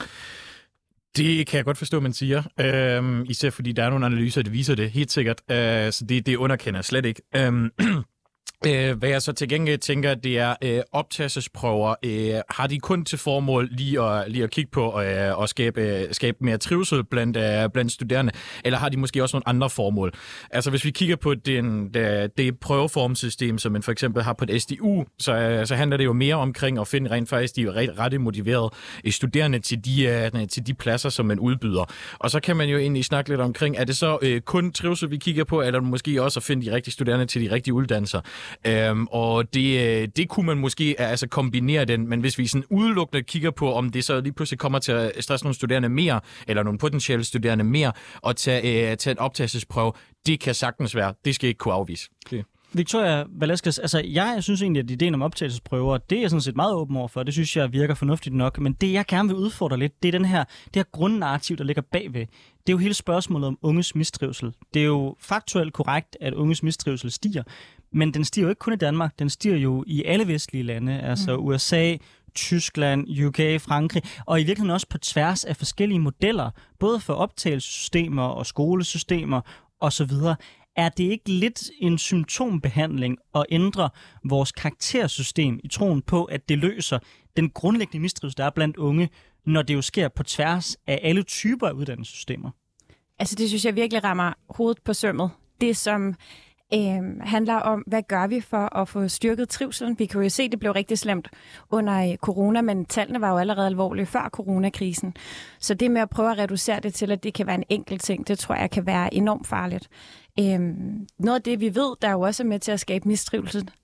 Det kan jeg godt forstå, man siger. Øhm, især fordi der er nogle analyser, der viser det helt sikkert. Øh, så det, det underkender jeg slet ikke. Øhm, Øh, hvad jeg så til gengæld tænker, det er øh, optagelsesprøver. Øh, har de kun til formål lige at, lige at kigge på øh, og skabe, øh, skabe mere trivsel blandt, øh, blandt studerende, eller har de måske også nogle andre formål? Altså hvis vi kigger på den, det, det prøveformsystem, som man for eksempel har på et S D U, så, øh, så handler det jo mere omkring at finde rent faktisk de ret, ret motiverede studerende til de, øh, til de pladser, som man udbyder. Og så kan man jo egentlig snakke lidt omkring, er det så øh, kun trivsel, vi kigger på, eller måske også at finde de rigtige studerende til de rigtige uddannelser? Øhm, og det, det kunne man måske altså kombinere den, men hvis vi sådan udelukkende kigger på, om det så lige pludselig kommer til at stresse nogle studerende mere, eller nogle potentielle studerende mere, og tage, øh, tage en optagelsesprøve, det kan sagtens være. Det skal ikke kunne afvise. Det. Victoria Velasquez, altså jeg synes egentlig, at ideen om optagelsesprøver, det er jeg sådan set meget åben over for. Det synes jeg virker fornuftigt nok. Men det, jeg gerne vil udfordre lidt, det er den her, det her grundnarrativ, der ligger bagved. Det er jo hele spørgsmålet om unges mistrivsel. Det er jo faktuelt korrekt, at unges mistrivsel stiger. Men den stiger jo ikke kun i Danmark. Den stiger jo i alle vestlige lande. Altså mm. U S A, Tyskland, U K, Frankrig. Og i virkeligheden også på tværs af forskellige modeller. Både for optagelsessystemer og skolesystemer osv. Er det ikke lidt en symptombehandling at ændre vores karaktersystem i troen på, at det løser den grundlæggende mistrivsel, der er blandt unge, når det jo sker på tværs af alle typer af uddannelsessystemer? Altså det synes jeg virkelig rammer hovedet på sømmet. Det som øh, handler om, hvad gør vi for at få styrket trivselen? Vi kan jo se, at det blev rigtig slemt under corona, men tallene var jo allerede alvorlige før coronakrisen. Så det med at prøve at reducere det til, at det kan være en enkelt ting, det tror jeg kan være enormt farligt. Øhm, noget af det, vi ved, der jo også er med til at skabe mistrivsel,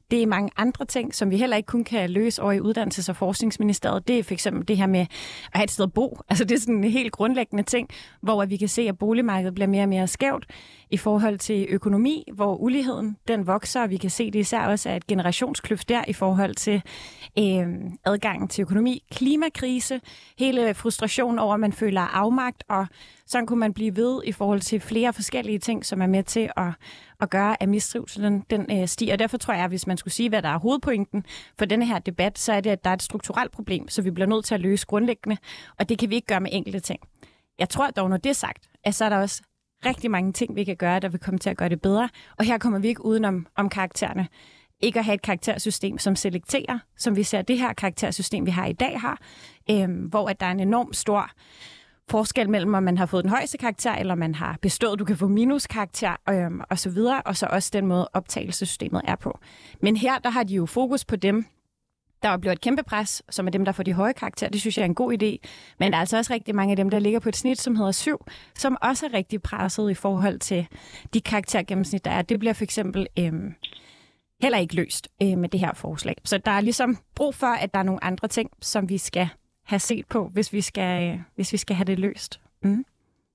Det er mange andre ting, som vi heller ikke kun kan løse over i Uddannelses- og Forskningsministeriet. Det er for eksempel det her med at have et sted at bo. Altså det er sådan en helt grundlæggende ting, hvor vi kan se, at boligmarkedet bliver mere og mere skævt i forhold til økonomi, hvor uligheden den vokser, og vi kan se det især også af et generationskløft der i forhold til øh, adgangen til økonomi, klimakrise, hele frustrationen over, at man føler afmagt, og sådan kunne man blive ved i forhold til flere forskellige ting, som er med til at, at gøre, at mistrivselen den, øh, stiger. Og derfor tror jeg, at hvis man skulle sige, hvad der er hovedpointen for denne her debat, så er det, at der er et strukturelt problem, så vi bliver nødt til at løse grundlæggende, og det kan vi ikke gøre med enkelte ting. Jeg tror dog, når det er sagt, at så er der også rigtig mange ting, vi kan gøre, der vil komme til at gøre det bedre. Og her kommer vi ikke udenom om karaktererne. Ikke at have et karaktersystem, som selekterer, som vi ser det her karaktersystem, vi har i dag har, øh, hvor at der er en enorm stor forskel mellem, om man har fået den højeste karakter, eller man har bestået, du kan få minuskarakter, øh, og så videre, og så også den måde, optagelsessystemet er på. Men her, der har de jo fokus på dem, der oplever et kæmpe pres, som er dem, der får de høje karakterer. Det synes jeg er en god idé. Men der er altså også rigtig mange af dem, der ligger på et snit, som hedder syv, som også er rigtig presset i forhold til de karaktergennemsnit, der er. Det bliver for eksempel øh, heller ikke løst øh, med det her forslag. Så der er ligesom brug for, at der er nogle andre ting, som vi skal have set på, hvis vi skal, øh, hvis vi skal have det løst. Mm.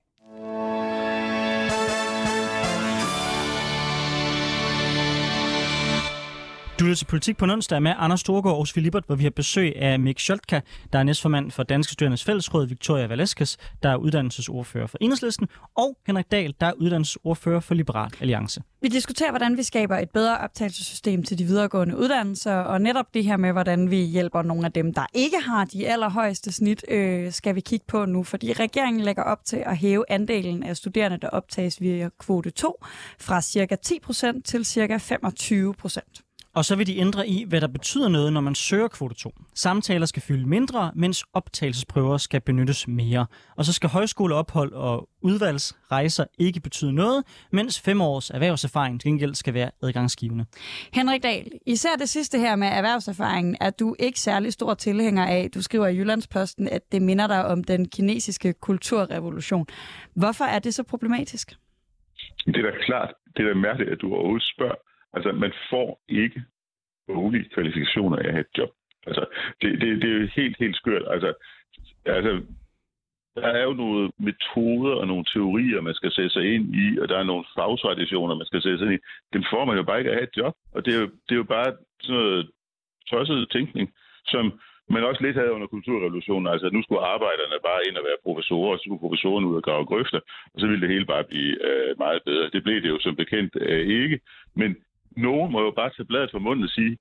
Du lytter til Politik på onsdag med Anders Storgård og Sofie Lippert, hvor vi har besøg af Mik Scholtka, der er næstformand for Danske Studerendes Fællesråd, Victoria Velasquez, der er uddannelsesordfører for Enhedslisten, og Henrik Dahl, der er uddannelsesordfører for Liberal Alliance. Vi diskuterer, hvordan vi skaber et bedre optagelsessystem til de videregående uddannelser, og netop det her med, hvordan vi hjælper nogle af dem, der ikke har de allerhøjeste snit, øh, skal vi kigge på nu, fordi regeringen lægger op til at hæve andelen af studerende, der optages via kvote to, fra cirka ti procent til cirka femogtyve procent. Og så vil de ændre i, hvad der betyder noget, når man søger kvote to. Samtaler skal fylde mindre, mens optagelsesprøver skal benyttes mere. Og så skal højskoleophold og udvalgsrejser ikke betyde noget, mens fem års erhvervserfaring til gengæld skal være adgangsgivende. Henrik Dahl, især det sidste her med erhvervserfaringen er du ikke særlig stor tilhænger af. Du skriver i Jyllandsposten, at det minder dig om den kinesiske kulturrevolution. Hvorfor er det så problematisk? Det er da klart, det er da mærkeligt, at du overhovedet spørger. Altså, man får ikke boglige kvalifikationer af at have et job. Altså, det, det, det er jo helt, helt skørt. Altså, altså, der er jo nogle metoder og nogle teorier, man skal sætte sig ind i, og der er nogle fagtraditioner, man skal sætte sig ind i. Dem får man jo bare ikke af at have et job. Og det er jo, det er jo bare sådan noget tosset tænkning, som man også lidt havde under kulturrevolutionen. Altså, nu skulle arbejderne bare ind og være professorer, og så skulle professorerne ud og grave grøfter, og så ville det hele bare blive øh, meget bedre. Det blev det jo som bekendt øh, ikke. Men nogen må jo bare tage bladet fra munden og sige,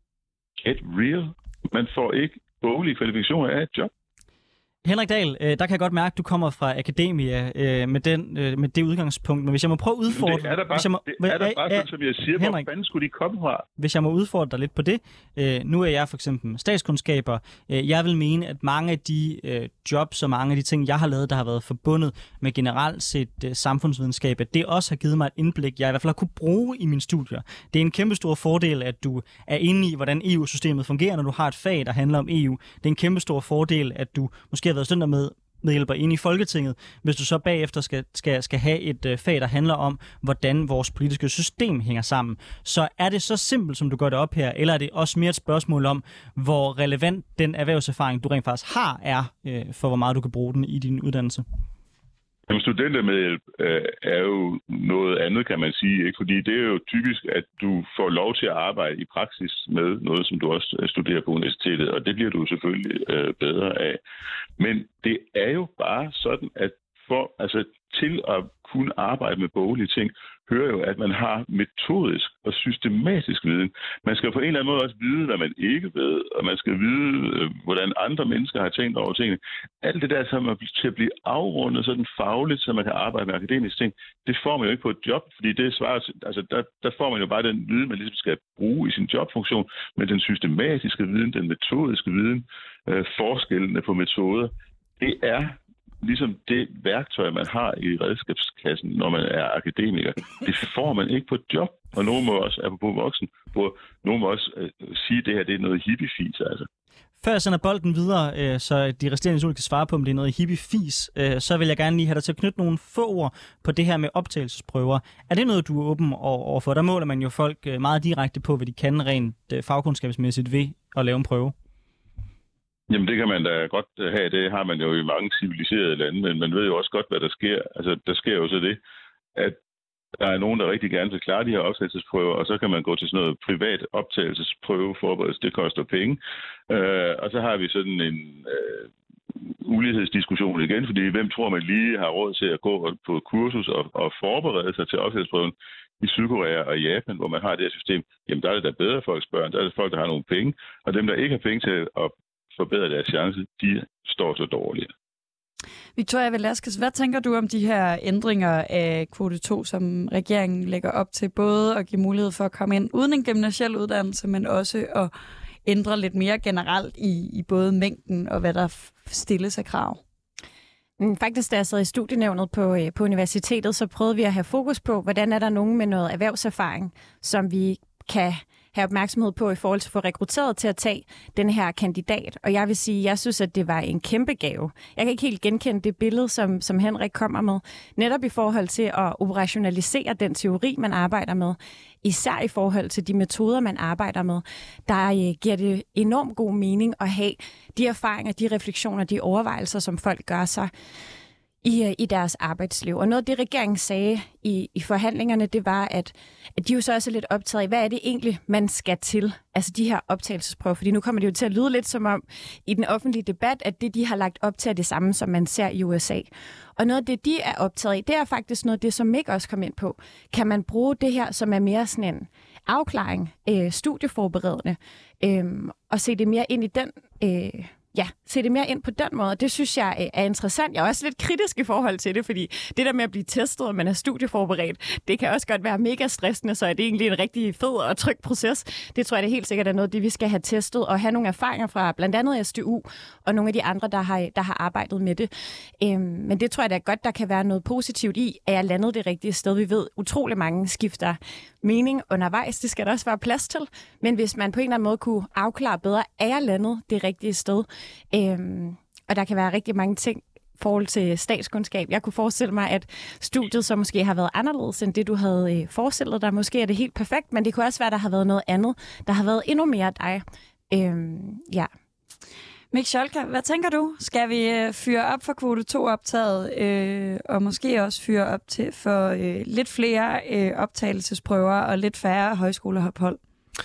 get real. Man får ikke boglige kvalifikationer af et job. Henrik Dahl, der kan jeg godt mærke, at du kommer fra akademia med, den, med det udgangspunkt. Men hvis jeg må prøve at udfordre... Det er der bare, hvis jeg må, det er der bare ja, sådan, som jeg siger, Henrik, hvor fanden skulle de komme fra? Hvis jeg må udfordre dig lidt på det. Nu er jeg for eksempel statskundskaber. Jeg vil mene, at mange af de jobs og mange af de ting, jeg har lavet, der har været forbundet med generelt set samfundsvidenskab, at det også har givet mig et indblik, jeg i hvert fald har kunne bruge i mine studier. Det er en kæmpe stor fordel, at du er inde i, hvordan E U-systemet fungerer, når du har et fag, der handler om E U. Det er en kæmpe stor fordel, at du måske har været stønder med medhjælper ind i Folketinget, hvis du så bagefter skal, skal, skal have et øh, fag, der handler om, hvordan vores politiske system hænger sammen. Så er det så simpelt, som du gør det op her, eller er det også mere et spørgsmål om, hvor relevant den erhvervserfaring, du rent faktisk har, er, øh, for hvor meget du kan bruge den i din uddannelse? Jamen, studentermedhjælp øh, er jo noget andet, kan man sige, ikke? Fordi det er jo typisk, at du får lov til at arbejde i praksis med noget, som du også studerer på universitetet, og det bliver du selvfølgelig øh, bedre af. Men det er jo bare sådan, at for, altså, til at kunne arbejde med boglige ting, hører jo, at man har metodisk og systematisk viden. Man skal på en eller anden måde også vide, hvad man ikke ved, og man skal vide, hvordan andre mennesker har tænkt over tingene. Alt det der, som er til at blive afrundet sådan fagligt, så man kan arbejde med akademiske ting, det får man jo ikke på et job, fordi det svarer, altså der, der får man jo bare den viden, man ligesom skal bruge i sin jobfunktion, men den systematiske viden, den metodiske viden, øh, forskellene på metoder, det er ligesom det værktøj, man har i redskabskassen, når man er akademiker. Det får man ikke på et job. Og nogen må også, apropos voksen, på, nogen må også øh, sige, at det her det er noget hippiefis, altså. Før jeg sender bolden videre, øh, så de resterende studier kan svare på, om det er noget hippie-fis, øh, så vil jeg gerne lige have dig til at knytte nogle få ord på det her med optagelsesprøver. Er det noget, du er åben overfor? Der måler man jo folk øh, meget direkte på, hvad de kan rent øh, fagkundskabsmæssigt ved at lave en prøve. Jamen, det kan man da godt have. Det har man jo i mange civiliserede lande, men man ved jo også godt, hvad der sker. Altså, der sker jo så det, at der er nogen, der rigtig gerne vil klare de her optagelsesprøver, og så kan man gå til sådan noget privat optagelsesprøve forberedelse. Det koster penge. Øh, og så har vi sådan en øh, ulighedsdiskussion igen, fordi hvem tror man lige har råd til at gå på kursus og, og forberede sig til optagelsesprøven i Sydkorea og Japan, hvor man har det her system. Jamen, der er det da bedre folks børn. Der er det folk, der har nogle penge. Og dem, der ikke har penge til at forbedre deres chance, de står så dårligt. Victoria Velasquez, hvad tænker du om de her ændringer af kvote to, som regeringen lægger op til, både at give mulighed for at komme ind uden en gymnasiel uddannelse, men også at ændre lidt mere generelt i, i både mængden og hvad der stilles af krav? Faktisk, da jeg sad i studienævnet på, på universitetet, så prøvede vi at have fokus på, hvordan er der nogen med noget erhvervserfaring, som vi kan have opmærksomhed på i forhold til at få rekrutteret til at tage den her kandidat. Og jeg vil sige, jeg synes, at det var en kæmpe gave. Jeg kan ikke helt genkende det billede, som, som Henrik kommer med. Netop i forhold til at operationalisere den teori, man arbejder med. Især i forhold til de metoder, man arbejder med. Der øh, giver det enormt god mening at have de erfaringer, de refleksioner, de overvejelser, som folk gør sig i, i deres arbejdsliv. Og noget af det, regeringen sagde i, i forhandlingerne, det var, at, at de jo så også er lidt optaget af, hvad er det egentlig, man skal til? Altså de her optagelsesprøver. Fordi nu kommer det jo til at lyde lidt som om i den offentlige debat, at det, de har lagt op til, er det samme, som man ser i U S A. Og noget af det, de er optaget af, det er faktisk noget af det, som Mick også kom ind på. Kan man bruge det her, som er mere sådan en afklaring, øh, studieforberedende, øh, og se det mere ind i den... Øh, Ja, se det mere ind på den måde. Det synes jeg er interessant. Jeg er også lidt kritisk i forhold til det, fordi det der med at blive testet, og man er studieforberedt, det kan også godt være mega stressende, så er det egentlig en rigtig fed og tryg proces. Det tror jeg, det helt sikkert er noget, det vi skal have testet, og have nogle erfaringer fra blandt andet S D U, og nogle af de andre, der har, der har arbejdet med det. Øhm, men det tror jeg da godt, der kan være noget positivt i, at jeg landede det rigtige sted. Vi ved, utrolig mange skifter mening undervejs. Det skal der også være plads til. Men hvis man på en eller anden måde kunne afklare bedre, er jeg landet det rigtige sted? Øhm, og der kan være rigtig mange ting i forhold til statskundskab. Jeg kunne forestille mig, at studiet så måske har været anderledes end det, du havde øh, forestillet dig. Måske er det helt perfekt, men det kunne også være, at der har været noget andet. Der har været endnu mere dig. Øhm, ja. Mick Scholka, hvad tænker du? Skal vi øh, fyre op for kvote to optaget, øh, og måske også fyre op til for øh, lidt flere øh, optagelsesprøver og lidt færre højskoleophold?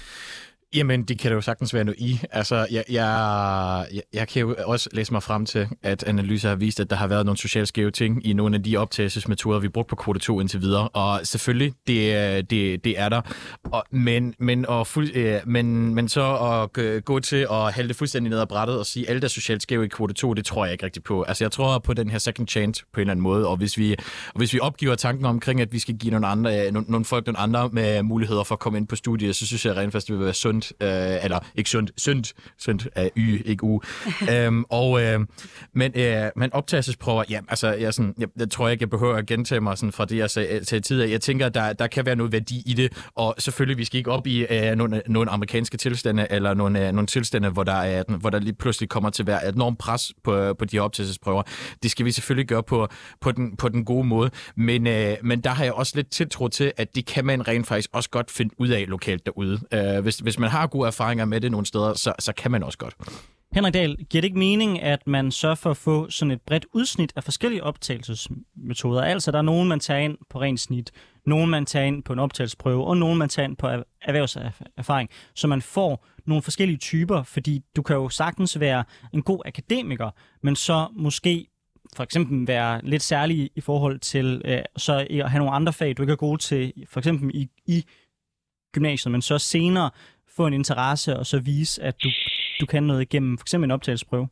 Jamen, det kan det jo sagtens være noget i. Altså, jeg, jeg, jeg, jeg kan jo også læse mig frem til, at analyser har vist, at der har været nogle socialt skæve ting i nogle af de optagelsesmetoder, vi brugte på kvote to indtil videre. Og selvfølgelig, det, det, det er der. Og, men, men, og fuld, øh, men, men så at gå til at hælde det fuldstændig ned ad brættet og sige, at alt er socialt skæve i kvote to, det tror jeg ikke rigtig på. Altså, jeg tror på den her second chance på en eller anden måde. Og hvis vi, og hvis vi opgiver tanken omkring, at vi skal give nogle, andre, nogle, nogle folk nogle andre med muligheder for at komme ind på studiet, så synes jeg rent faktisk, det vil være sundt. Øh, eller ikke sundt, sundt, sundt af y, ikke u. øhm, og, øh, men, øh, men optagelsesprøver, ja, altså, jeg, sådan, jeg, jeg tror ikke, jeg behøver at gentage mig sådan, fra det, jeg sagde til tidligere. Jeg tænker, der, der kan være noget værdi i det, og selvfølgelig, vi skal ikke op i øh, nogle, nogle amerikanske tilstande, eller nogle, øh, nogle tilstande, hvor der, er, hvor der lige pludselig kommer til at være et enormt pres på, på de her optagelsesprøver. Det skal vi selvfølgelig gøre på, på, den, på den gode måde, men, øh, men der har jeg også lidt tiltro til, at det kan man rent faktisk også godt finde ud af lokalt derude. Øh, hvis, hvis man har gode erfaringer med det nogle steder, så, så kan man også godt. Henrik Dahl, giver det ikke mening, at man sørger for at få sådan et bredt udsnit af forskellige optagelsesmetoder? Altså, der er nogen, man tager ind på ren snit, nogen, man tager ind på en optagelsesprøve, og nogen, man tager ind på erhvervserfaring, så man får nogle forskellige typer, fordi du kan jo sagtens være en god akademiker, men så måske for eksempel være lidt særlig i forhold til øh, så at have nogle andre fag, du ikke er god til, for eksempel i, i gymnasiet, men så senere få en interesse og så vise, at du, du kan noget igennem for eksempel en optagelsesprøve?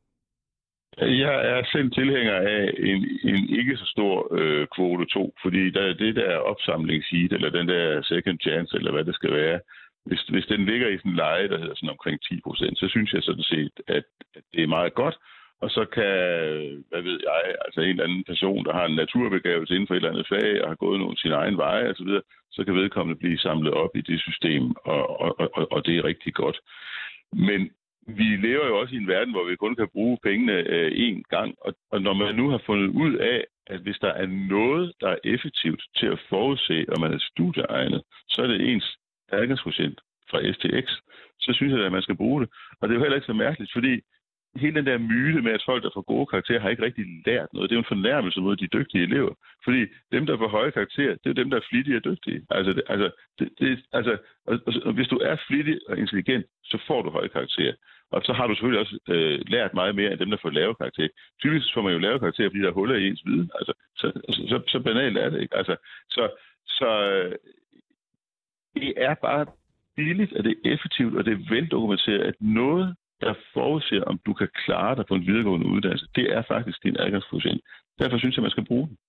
Jeg er selv tilhænger af en, en ikke så stor øh, kvote to, fordi der, det der opsamlingsheat, eller den der second chance, eller hvad det skal være, hvis, hvis den ligger i sådan en leje, der hedder sådan omkring ti procent, så synes jeg sådan set, at, at det er meget godt. Og så kan, hvad ved jeg, altså en eller anden person, der har en naturbegavelse inden for et eller andet fag, og har gået nogle sin egen veje osv., så, så kan vedkommende blive samlet op i det system, og, og, og, og det er rigtig godt. Men, vi lever jo også i en verden, hvor vi kun kan bruge pengene øh, én gang. Og, og når man nu har fundet ud af, at hvis der er noget, der er effektivt til at forudse, om man er studieegnet, så er det ens adgangskvotient fra S T X. Så synes jeg, at man skal bruge det. Og det er jo heller ikke så mærkeligt, fordi hele den der myte med, at folk, der får gode karakterer, har ikke rigtig lært noget. Det er jo en fornærmelse mod de dygtige elever. Fordi dem, der får høje karakterer, det er dem, der er flittige og dygtige. Altså, det, altså, det, det, altså og, og hvis du er flittig og intelligent, så får du høje karakterer. Og så har du selvfølgelig også øh, lært meget mere end dem, der får lave karakterer. Typisk får man jo lave karakterer, fordi der er huller i ens viden. Altså, så, så, så, så banalt er det ikke. Altså, så, så det er bare billigt, og det er effektivt, og det er veldokumenteret, at noget, der forudser, om du kan klare dig på en videregående uddannelse, det er faktisk din adgangskvotient. Derfor synes jeg, man skal bruge den.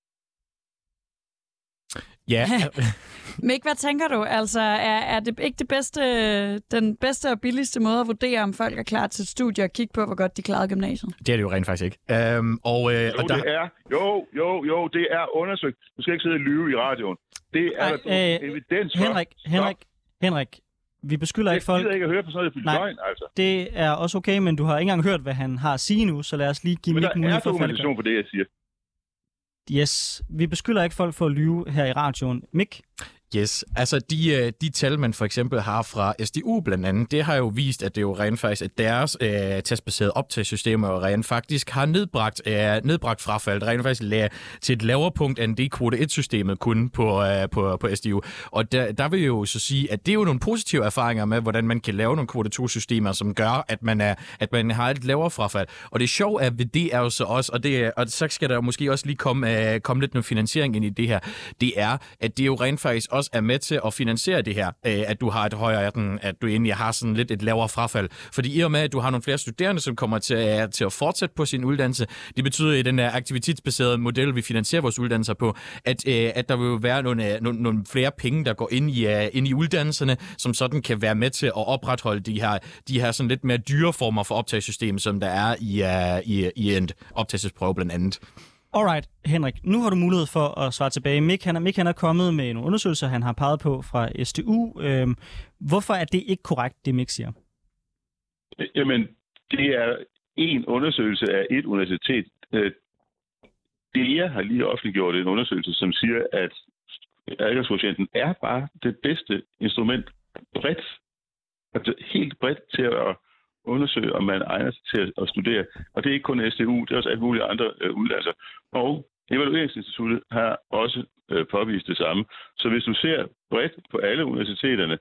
Ja. Mik, hvad tænker du? Altså, er, er det ikke det bedste, den bedste og billigste måde at vurdere, om folk er klar til et studie og kigge på, hvor godt de klarede gymnasiet? Det er det jo rent faktisk ikke. Øhm, og, øh, jo, og der... det er. Jo, jo, jo, det er undersøgt. Du skal ikke sidde og lyve i radioen. Det er der øh, evidens for. Henrik, Henrik, Henrik, vi beskylder ikke folk... Jeg gider ikke at høre på sådan noget, Nej, løgn, altså. Det er også okay, men du har ikke engang hørt, hvad han har at sige nu, så lad os lige give Mik mulighed for at falde. Der er dokumentation på det, jeg siger. Yes, vi beskylder ikke folk for at lyve her i radioen. Mik? Yes, altså de, de tal, man for eksempel har fra S D U blandt andet, det har jo vist, at det jo rent faktisk, at deres øh, testbaserede optagssystemer jo rent faktisk har nedbragt, øh, nedbragt frafald, rent faktisk la- til et lavere punkt, end det kvote et-systemet kunne på, øh, på, på S D U. Og der, der vil jo så sige, at det er jo nogle positive erfaringer med, hvordan man kan lave nogle kvote to-systemer, som gør, at man, er, at man har et lavere frafald. Og det sjove er ved det er jo så også, og, det, og så skal der måske også lige komme, øh, komme lidt noget finansiering ind i det her, det er, at det jo rent faktisk også er med til at finansiere det her, øh, at du har et højere, at du egentlig har sådan lidt et lavere frafald. Fordi i og med, at du har nogle flere studerende, som kommer til, uh, til at fortsætte på sin uddannelse, det betyder i den her aktivitetsbaserede model, vi finansierer vores uddannelser på, at, uh, at der vil være nogle, uh, nogle, nogle flere penge, der går ind i, uh, ind i uddannelserne, som sådan kan være med til at opretholde de her, de her sådan lidt mere dyre former for optagssystem, som der er i, uh, i, i en optagelsesprøve blandt andet. Alright, Henrik, nu har du mulighed for at svare tilbage. Mik, han er, Mik, han er kommet med nogle undersøgelser, han har peget på fra S T U. Øhm, hvorfor er det ikke korrekt, det Mik siger? Jamen, det er en undersøgelse af et universitet. D E A har lige offentliggjort en undersøgelse, som siger, at adgangskvotienten er bare det bedste instrument bredt, altså helt bredt til at undersøge, om man egner sig til at studere. Og det er ikke kun S D U, det er også alle mulige andre øh, uddannelser. Og Evalueringsinstituttet har også øh, påvist det samme. Så hvis du ser bredt på alle universiteterne,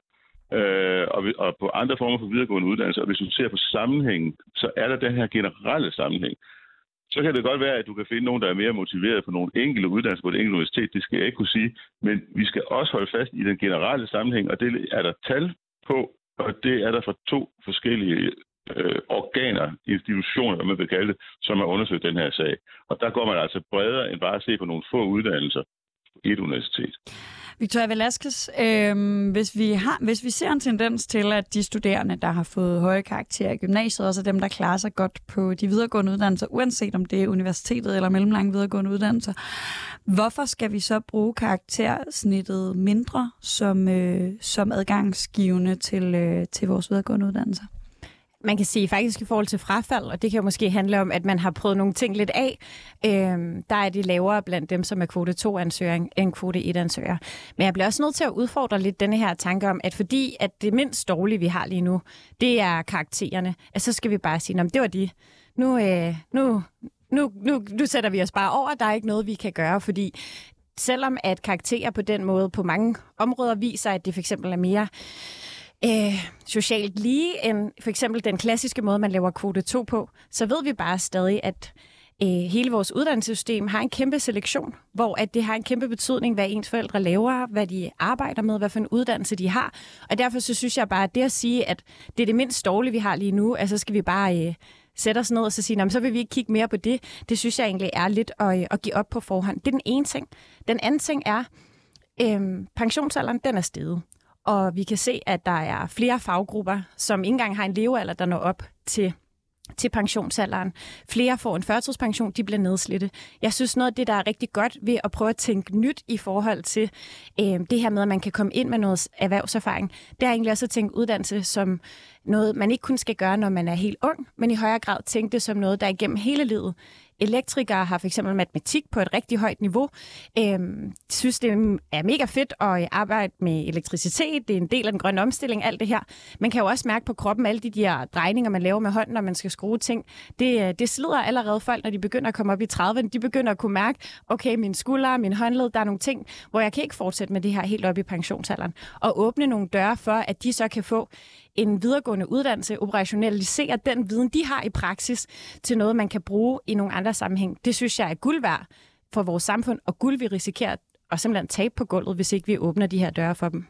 øh, og, og på andre former for videregående uddannelser, og hvis du ser på sammenhængen, så er der den her generelle sammenhæng. Så kan det godt være, at du kan finde nogen, der er mere motiveret på nogle enkelte uddannelser på et enkelt universitet. Det skal jeg ikke kunne sige. Men vi skal også holde fast i den generelle sammenhæng, og det er der tal på, og det er der fra to forskellige øh, organer, institutioner, hvad man vil kalde det, som har undersøgt den her sag. Og der går man altså bredere end bare at se på nogle få uddannelser i et universitet. Victoria Velasquez, øh, hvis, vi har, hvis vi ser en tendens til, at de studerende, der har fået høje karakterer i gymnasiet, også er dem, der klarer sig godt på de videregående uddannelser, uanset om det er universitetet eller mellemlange videregående uddannelser, hvorfor skal vi så bruge karaktersnittet mindre som, øh, som adgangsgivende til, øh, til vores videregående uddannelser? Man kan sige faktisk i forhold til frafald, og det kan jo måske handle om, at man har prøvet nogle ting lidt af. Øhm, der er de lavere blandt dem, som er kvote to-ansøger end kvote et-ansøger. Men jeg bliver også nødt til at udfordre lidt denne her tanke om, at fordi at det mindst dårlige, vi har lige nu, det er karaktererne, at så skal vi bare sige, det var de. Nu, øh, nu, nu, nu, nu sætter vi os bare over, der er ikke noget, vi kan gøre, fordi selvom at karakterer på den måde på mange områder viser, at det for eksempel er mere Øh, socialt lige end for eksempel den klassiske måde, man laver kvote to på, så ved vi bare stadig, at øh, hele vores uddannelsessystem har en kæmpe selektion, hvor at det har en kæmpe betydning, hvad ens forældre laver, hvad de arbejder med, hvad for en uddannelse de har. Og derfor så synes jeg bare, at det at sige, at det er det mindst dårlige, vi har lige nu, altså skal vi bare øh, sætte os ned og så sige, så vil vi ikke kigge mere på det. Det synes jeg egentlig er lidt at, øh, at give op på forhånd. Det er den ene ting. Den anden ting er, øh, pensionsalderen, den er steget. Og vi kan se, at der er flere faggrupper, som ikke engang har en levealder, der når op til, til pensionsalderen. Flere får en førtidspension, de bliver nedslidte. Jeg synes noget af det, der er rigtig godt ved at prøve at tænke nyt i forhold til øh, det her med, at man kan komme ind med noget erhvervserfaring, det er egentlig også at tænke uddannelse som noget, man ikke kun skal gøre, når man er helt ung, men i højere grad tænke det som noget, der er igennem hele livet. Elektrikere har for eksempel matematik på et rigtig højt niveau. Øhm, synes, det er mega fedt at arbejde med elektricitet. Det er en del af den grønne omstilling, alt det her. Man kan jo også mærke på kroppen alle de der drejninger, man laver med hånden, når man skal skrue ting. Det, det slider allerede folk, når de begynder at komme op i trediverne. De begynder at kunne mærke, okay, min skulder, min håndled, der er nogle ting, hvor jeg kan ikke fortsætte med det her helt op i pensionsalderen. Og åbne nogle døre for, at de så kan få en videregående uddannelse, operationalisere den viden, de har i praksis, til noget, man kan bruge i nogle andre sammenhæng. Det synes jeg er guld værd for vores samfund, og guld vi risikerer at simpelthen tabe på gulvet, hvis ikke vi åbner de her døre for dem.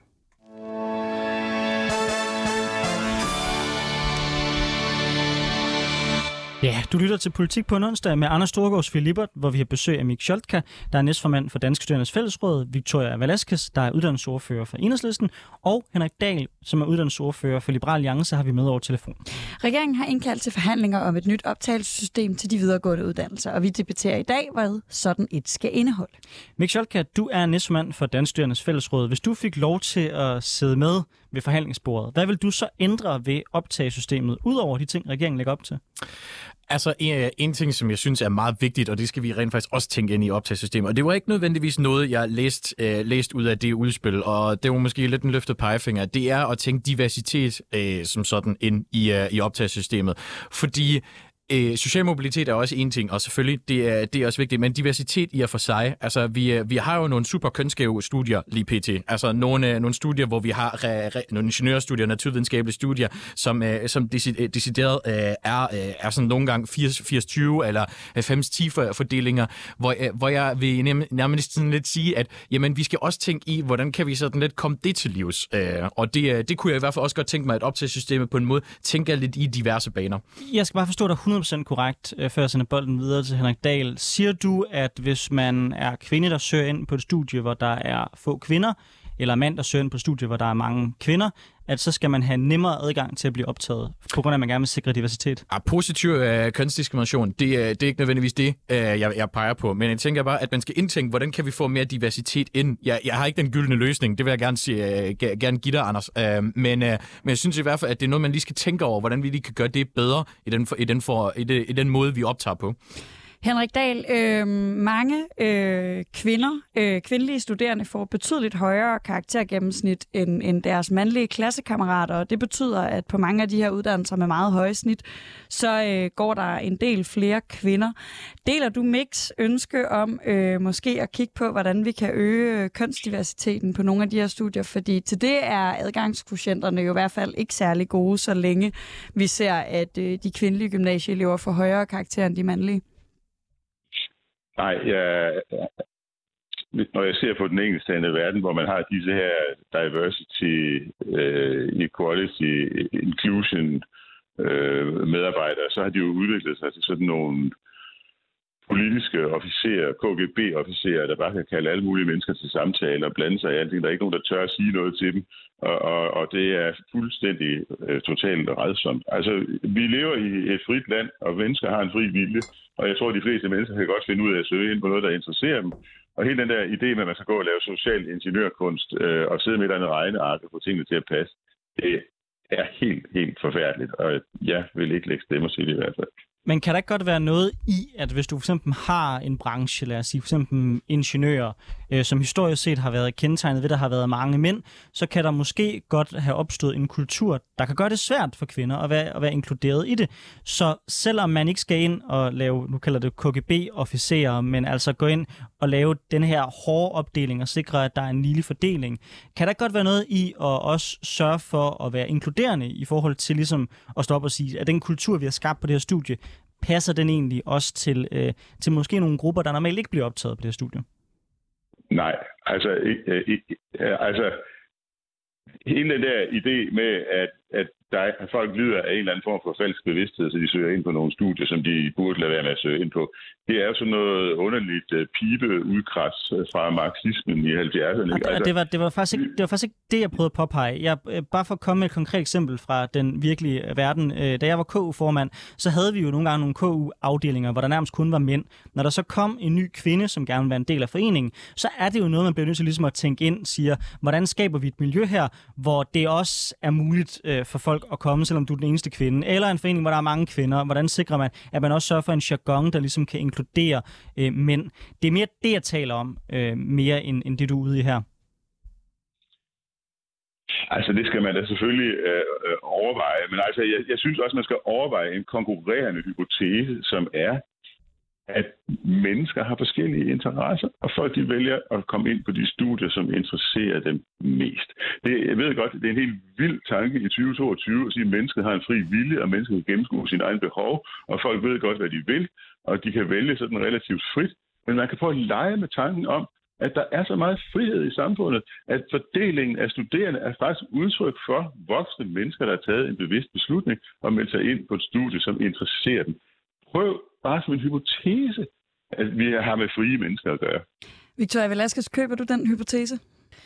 Ja, du lytter til Politik på en onsdag med Anders Storgård, Sofie Lippert, hvor vi har besøg af Mik Scholtka, der er næstformand for Danske Studerendes Fællesråd, Victoria Velasquez, der er uddannelsesordfører for Enhedslisten, og Henrik Dahl, som er uddannelsesordfører for Liberal Alliance, har vi med over telefon. Regeringen har indkaldt til forhandlinger om et nyt optagelsessystem til de videregående uddannelser, og vi debatterer i dag, hvad sådan et skal indeholde. Mik Scholtka, du er næstformand for Danske Studerendes Fællesråd. Hvis du fik lov til at sidde med ved forhandlingsbordet, hvad vil du så ændre ved optagesystemet, ud over de ting, regeringen lægger op til? Altså, en, en ting, som jeg synes er meget vigtigt, og det skal vi rent faktisk også tænke ind i optagesystemet, og det var ikke nødvendigvis noget, jeg læste øh, læst ud af det udspil, og det var måske lidt en løftet pegefinger, det er at tænke diversitet øh, som sådan ind i, øh, i optagesystemet. Fordi Øh, social mobilitet er også en ting, og selvfølgelig, det er, det er også vigtigt, men diversitet i og for sig, altså vi, vi har jo nogle super kønsskæve studier lige pt. Altså nogle, nogle studier, hvor vi har re, re, nogle ingeniørstudier, naturvidenskabelige studier, som, øh, som decideret øh, er, øh, er sådan nogle gange firs tyve eller halvfems ti fordelinger, hvor, øh, hvor jeg vil nærmest sådan lidt sige, at jamen, vi skal også tænke i, hvordan kan vi sådan lidt komme det til livs, øh, og det, det kunne jeg i hvert fald også godt tænke mig, at optagesystemet på en måde tænker lidt i diverse baner. Jeg skal bare forstå dig hundrede procent korrekt, før jeg sender bolden videre til Henrik Dahl. Siger du, at hvis man er kvinde, der søger ind på et studie, hvor der er få kvinder, eller mand, der søger ind på et studie, hvor der er mange kvinder, at så skal man have nemmere adgang til at blive optaget, på grund af, at man gerne vil sikre diversitet? Ja, positiv øh, kønsdiskrimination, det, øh, det er ikke nødvendigvis det, øh, jeg, jeg peger på. Men jeg tænker bare, at man skal indtænke, hvordan kan vi få mere diversitet ind? Jeg, jeg har ikke den gyldne løsning, det vil jeg gerne, sige, øh, gerne give dig, Anders. Øh, men, øh, men jeg synes i hvert fald, at det er noget, man lige skal tænke over, hvordan vi lige kan gøre det bedre i den, for, i den, for, i det, i den måde, vi optager på. Henrik Dahl, øh, mange øh, kvinder, øh, kvindelige studerende får betydeligt højere karaktergennemsnit end, end deres mandlige klassekammerater, og det betyder, at på mange af de her uddannelser med meget høje snit, så øh, går der en del flere kvinder. Deler du Miks ønske om øh, måske at kigge på, hvordan vi kan øge kønsdiversiteten på nogle af de her studier? Fordi til det er adgangskvotienterne jo i hvert fald ikke særlig gode, så længe vi ser, at øh, de kvindelige gymnasieelever får højere karakterer end de mandlige. Nej, jeg, når jeg ser på den engelsktalende verden, hvor man har disse her diversity, uh, equality, inclusion uh, medarbejdere, så har de jo udviklet sig til sådan nogle politiske officerer, K G B-officerer, der bare kan kalde alle mulige mennesker til samtale og blande sig i alt det. Der er ikke nogen, der tør at sige noget til dem, og, og, og det er fuldstændig uh, totalt rædsomt. Altså, vi lever i et frit land, og mennesker har en fri vilje, og jeg tror, at de fleste mennesker kan godt finde ud af at søge ind på noget, der interesserer dem. Og hele den der idé med, at man skal gå og lave social ingeniørkunst øh, og sidde med et eller andet regneark og få tingene til at passe, det er helt, helt forfærdeligt. Og jeg vil ikke lægge stemmer til det i hvert fald. Men kan der ikke godt være noget i, at hvis du for eksempel har en branche, lad os sige for eksempel ingeniører, øh, som historisk set har været kendetegnet ved, at der har været mange mænd, så kan der måske godt have opstået en kultur, der kan gøre det svært for kvinder at være, at være inkluderet i det. Så selvom man ikke skal ind og lave, nu kalder det K G B-officerer, men altså gå ind og lave den her hårde opdeling og sikre, at der er en ligelig fordeling, kan der godt være noget i at også sørge for at være inkluderende i forhold til ligesom at stoppe og sige, at den kultur, vi har skabt på det her studie, passer den egentlig også til, øh, til måske nogle grupper, der normalt ikke bliver optaget på det her studie? Nej, altså, øh, øh, altså hele den der idé med, at, at der er, at folk lider af en eller anden form for falsk bevidsthed, så de søger ind på nogle studier, som de burde lade være med at søge ind på. Det er jo sådan noget underligt uh, pibeudkras fra marxismen i halvfjerdserne. Og, altså, og det, var, det, var faktisk ikke, det var faktisk ikke det, jeg prøvede at påpege. Jeg, bare for at komme med et konkret eksempel fra den virkelige verden. Da jeg var K U-formand, så havde vi jo nogle gange nogle K U-afdelinger, hvor der nærmest kun var mænd. Når der så kom en ny kvinde, som gerne vil være en del af foreningen, så er det jo noget, man bliver nødt til ligesom at tænke ind, siger, hvordan skaber vi et miljø her, hvor det også er muligt uh, for folk folk at komme, selvom du er den eneste kvinde, eller en forening, hvor der er mange kvinder? Hvordan sikrer man, at man også sørger for en jargon, der ligesom kan inkludere øh, mænd? Det er mere det, jeg taler om, øh, mere end, end det, du er ude i her. Altså, det skal man da selvfølgelig øh, øh, overveje. Men altså, jeg, jeg synes også, man skal overveje en konkurrerende hypotese, som er, at mennesker har forskellige interesser, og folk de vælger at komme ind på de studier, som interesserer dem mest. Det, jeg ved godt, det er en helt vild tanke i tyve toogtyve at sige, at mennesket har en fri vilje, og mennesket kan gennemskue sine egne behov, og folk ved godt, hvad de vil, og de kan vælge sådan relativt frit. Men man kan prøve at lege med tanken om, at der er så meget frihed i samfundet, at fordelingen af studerende er faktisk udtryk for voksne mennesker, der har taget en bevidst beslutning og meldt sig ind på et studie, som interesserer dem. Prøv bare som en hypotese, at vi har med frie mennesker at gøre. Victoria Velasquez, køber du den hypotese?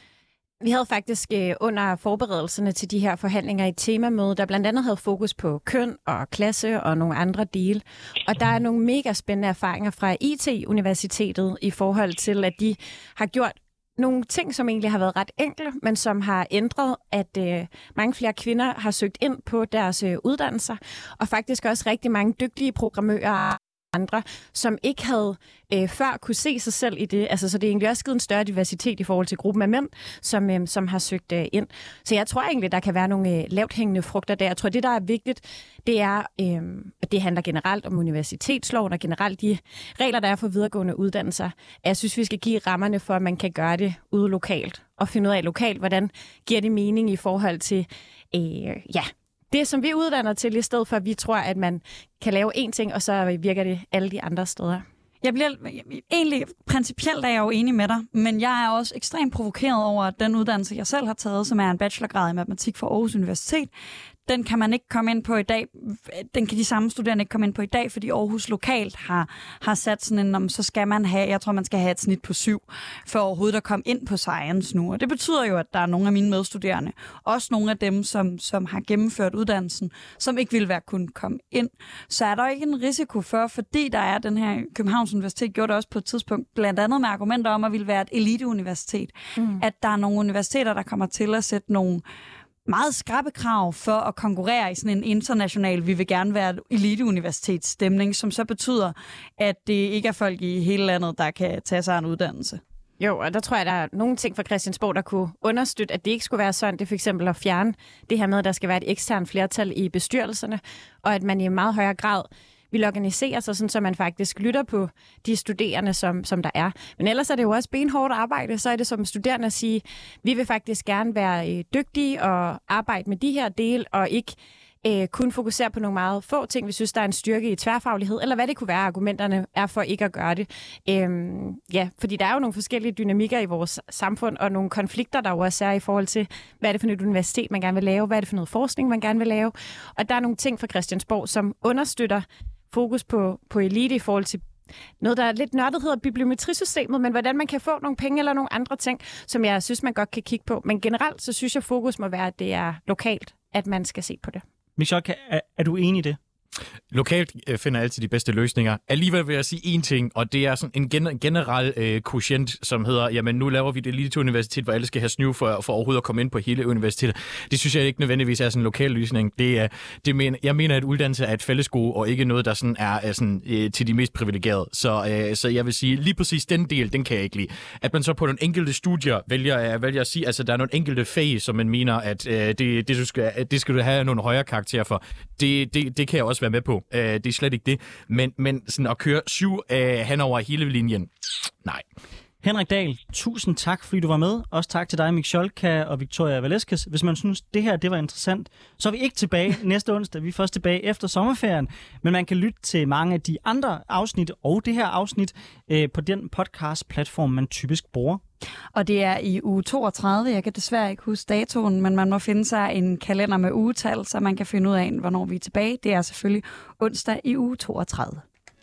Vi havde faktisk øh, under forberedelserne til de her forhandlinger et temamøde, der blandt andet havde fokus på køn og klasse og nogle andre dele. Og der er nogle mega spændende erfaringer fra I T-universitetet i forhold til, at de har gjort nogle ting, som egentlig har været ret enkle, men som har ændret, at øh, mange flere kvinder har søgt ind på deres øh, uddannelser, og faktisk også rigtig mange dygtige programmører andre, som ikke havde øh, før kunne se sig selv i det. Altså, så det er egentlig også givet en større diversitet i forhold til gruppen af mænd, som, øh, som har søgt øh, ind. Så jeg tror egentlig, der kan være nogle øh, lavt hængende frugter der. Jeg tror, det, der er vigtigt, det er, øh, at det handler generelt om universitetsloven og generelt de regler, der er for videregående uddannelser. Jeg synes, vi skal give rammerne for, at man kan gøre det ude lokalt, og finde ud af lokalt, hvordan giver det mening i forhold til, øh, ja, det, som vi uddanner til, i stedet for, at vi tror, at man kan lave én ting, og så virker det alle de andre steder. Jeg bliver egentlig, principielt er jeg jo enig med dig, men jeg er også ekstremt provokeret over den uddannelse, jeg selv har taget, som er en bachelorgrad i matematik fra Aarhus Universitet. Den kan man ikke komme ind på i dag. Den kan de samme studerende ikke komme ind på i dag, fordi Aarhus lokalt har, har sat sådan en, om så skal man have, jeg tror man skal have et snit på syv, for overhovedet at komme ind på science nu. Og det betyder jo, at der er nogle af mine medstuderende, også nogle af dem, som, som har gennemført uddannelsen, som ikke ville være kunne komme ind. Så er der ikke en risiko for, fordi der er den her Københavns Universitet, gjorde det også på et tidspunkt, blandt andet med argumenter om at ville være et eliteuniversitet, mm. at der er nogle universiteter, der kommer til at sætte nogle meget skrappe krav for at konkurrere i sådan en international, vi vil gerne være et eliteuniversitetsstemning, som så betyder, at det ikke er folk i hele landet, der kan tage sig en uddannelse. Jo, og der tror jeg, der er nogle ting fra Christiansborg, der kunne understøtte, at det ikke skulle være sådan. Det er for eksempel at fjerne det her med, at der skal være et eksternt flertal i bestyrelserne, og at man i meget højere grad vil organisere sig, sådan, så man faktisk lytter på de studerende, som, som der er. Men ellers er det jo også benhårdt arbejde. Så er det som studerende at sige, vi vil faktisk gerne være øh, dygtige og arbejde med de her dele, og ikke øh, kun fokusere på nogle meget få ting, vi synes, der er en styrke i tværfaglighed, eller hvad det kunne være, argumenterne er for ikke at gøre det. Øhm, ja, fordi der er jo nogle forskellige dynamikker i vores samfund, og nogle konflikter, der jo også er i forhold til, hvad er det for et universitet, man gerne vil lave, hvad er det for noget forskning, man gerne vil lave. Og der er nogle ting fra Christiansborg, som understøtter fokus på, på elite i forhold til noget, der er lidt nørdet hedder bibliometrisystemet, men hvordan man kan få nogle penge eller nogle andre ting, som jeg synes, man godt kan kigge på. Men generelt, så synes jeg, fokus må være, at det er lokalt, at man skal se på det. Michelle, er, er du enig i det? Lokalt øh, finder altid de bedste løsninger. Alligevel vil jeg sige én ting, og det er sådan en gen- generel øh, quotient, som hedder, jamen nu laver vi det elite universitet, hvor alle skal have snyv for, for overhovedet at komme ind på hele universitetet. Det synes jeg ikke nødvendigvis er sådan en lokal løsning. Det er, det men, jeg mener, at uddannelse er et fællesgode, og ikke noget, der sådan er, er sådan, øh, til de mest privilegerede. Så, øh, så jeg vil sige, lige præcis den del, den kan jeg ikke lide. At man så på nogle enkelte studier vælger, vælger at sige, altså der er nogle enkelte fag, som man mener, at øh, det, det, du skal, det skal du have nogle højere karakterer for. Det, det, det kan jeg også være med på. Uh, det er slet ikke det. Men, men sådan at køre syv uh, hen over hele linjen, nej. Henrik Dahl, tusind tak, fordi du var med. Også tak til dig, Mik Scholka og Victoria Velasquez. Hvis man synes, det her det var interessant, så er vi ikke tilbage næste onsdag. Vi er først tilbage efter sommerferien. Men man kan lytte til mange af de andre afsnit og det her afsnit øh, på den podcast-platform, man typisk bruger. Og det er i uge toogtredive. Jeg kan desværre ikke huske datoen, men man må finde sig en kalender med ugetal, så man kan finde ud af, hvornår vi er tilbage. Det er selvfølgelig onsdag i uge toogtredive.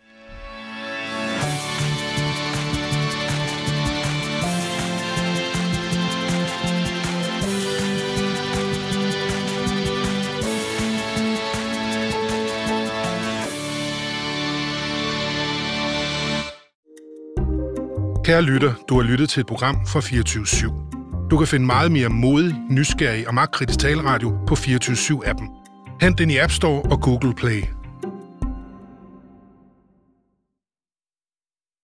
Kære lytter, du har lyttet til et program fra fireogtyve syv. Du kan finde meget mere modig, nysgerrig og magtkritisk taleradio på fireogtyve syv appen. Hent den i App Store og Google Play.